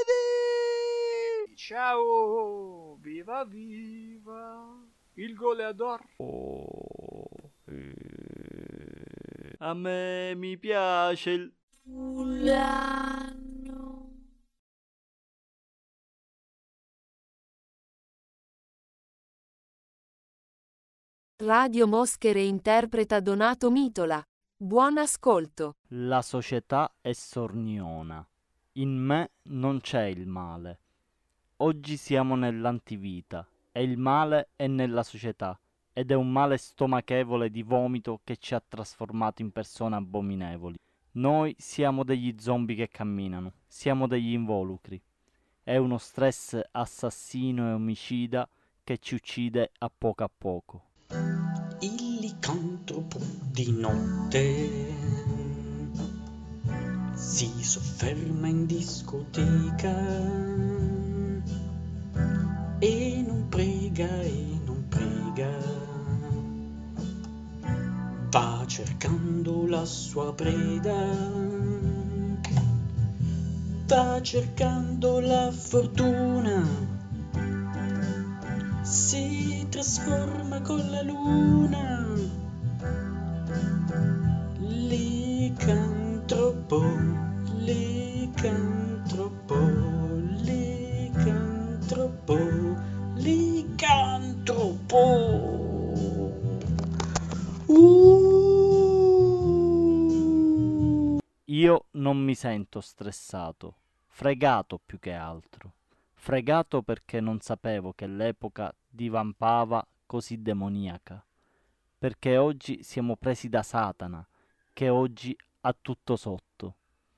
Ciao, viva viva il goleador. A me mi piace il Radio Moschere interpreta Donato Mitola. Buon ascolto. La società è sorniona. In me non c'è il male. Oggi siamo nell'antivita e il male è nella società ed è un male stomachevole di vomito che ci ha trasformato in persone abominevoli. Noi siamo degli zombie che camminano, siamo degli involucri. È uno stress assassino e omicida che ci uccide a poco. Il licantropo di notte si sofferma in discoteca e non prega, va cercando la sua preda, va cercando la fortuna, si trasforma con la luna. Licantropo, licantropo, licantropo, licantropo. Io non mi sento stressato, fregato più che altro. Fregato perché non sapevo che l'epoca divampava così demoniaca. Perché oggi siamo presi da Satana, che oggi ha tutto sotto.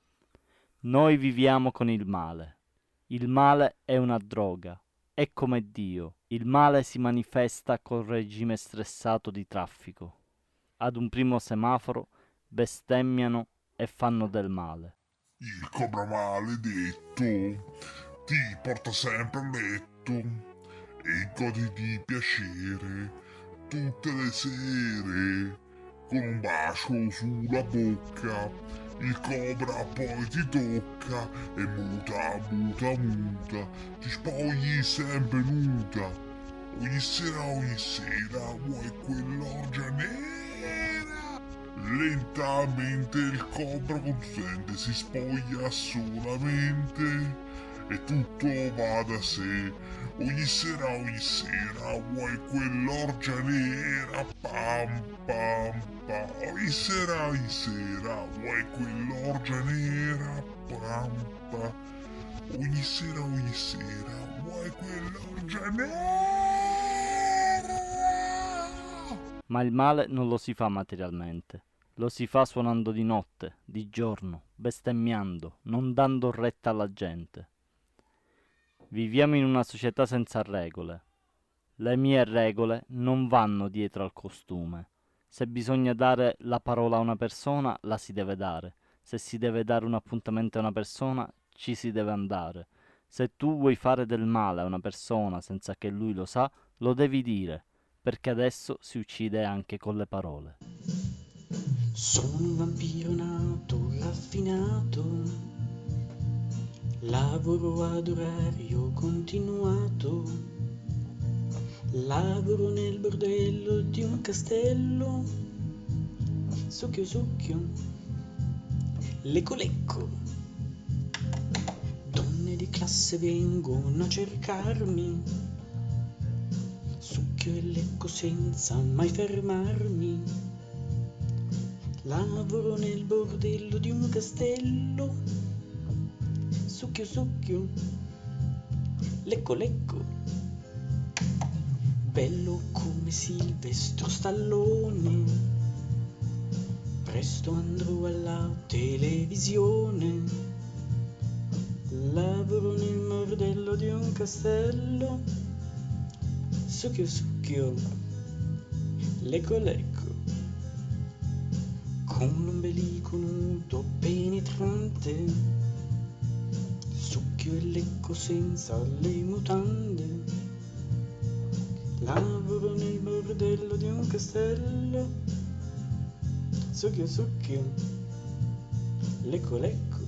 Noi viviamo con il male. Il male è una droga, è come Dio. Il male si manifesta col regime stressato di traffico. Ad un primo semaforo bestemmiano e fanno del male. Il cobra maledetto ti porta sempre a letto e godi di piacere tutte le sere con un bacio sulla bocca. Il cobra poi ti tocca e muta, ti spogli sempre nuda. Ogni sera vuoi quell'orgia nera. Lentamente il cobra consente, si spoglia solamente e tutto va da sé. Ogni sera vuoi quell'orgia nera, pam pam pam. Ogni sera vuoi quell'orgia nera, pam pam. Ogni sera vuoi quell'orgia nera. Ma il male non lo si fa materialmente. Lo si fa suonando di notte, di giorno, bestemmiando, non dando retta alla gente. Viviamo in una società senza regole. Le mie regole non vanno dietro al costume. Se bisogna dare la parola a una persona, la si deve dare. Se si deve dare un appuntamento a una persona, ci si deve andare. Se tu vuoi fare del male a una persona senza che lui lo sa, lo devi dire, perché adesso si uccide anche con le parole. Sono un vampiro nato, raffinato, lavoro ad orario continuato, lavoro nel bordello di un castello, succhio succhio, lecco lecco, donne di classe vengono a cercarmi, succhio e lecco senza mai fermarmi. Lavoro nel bordello di un castello, succhio succhio, lecco lecco, bello come Silvestro Stallone, presto andrò alla televisione. Lavoro nel bordello di un castello, succhio succhio, lecco lecco, con l'ombelico nudo penetrante, succhio e lecco senza le mutande. Lavoro nel bordello di un castello. Succhio, succhio, lecco, lecco,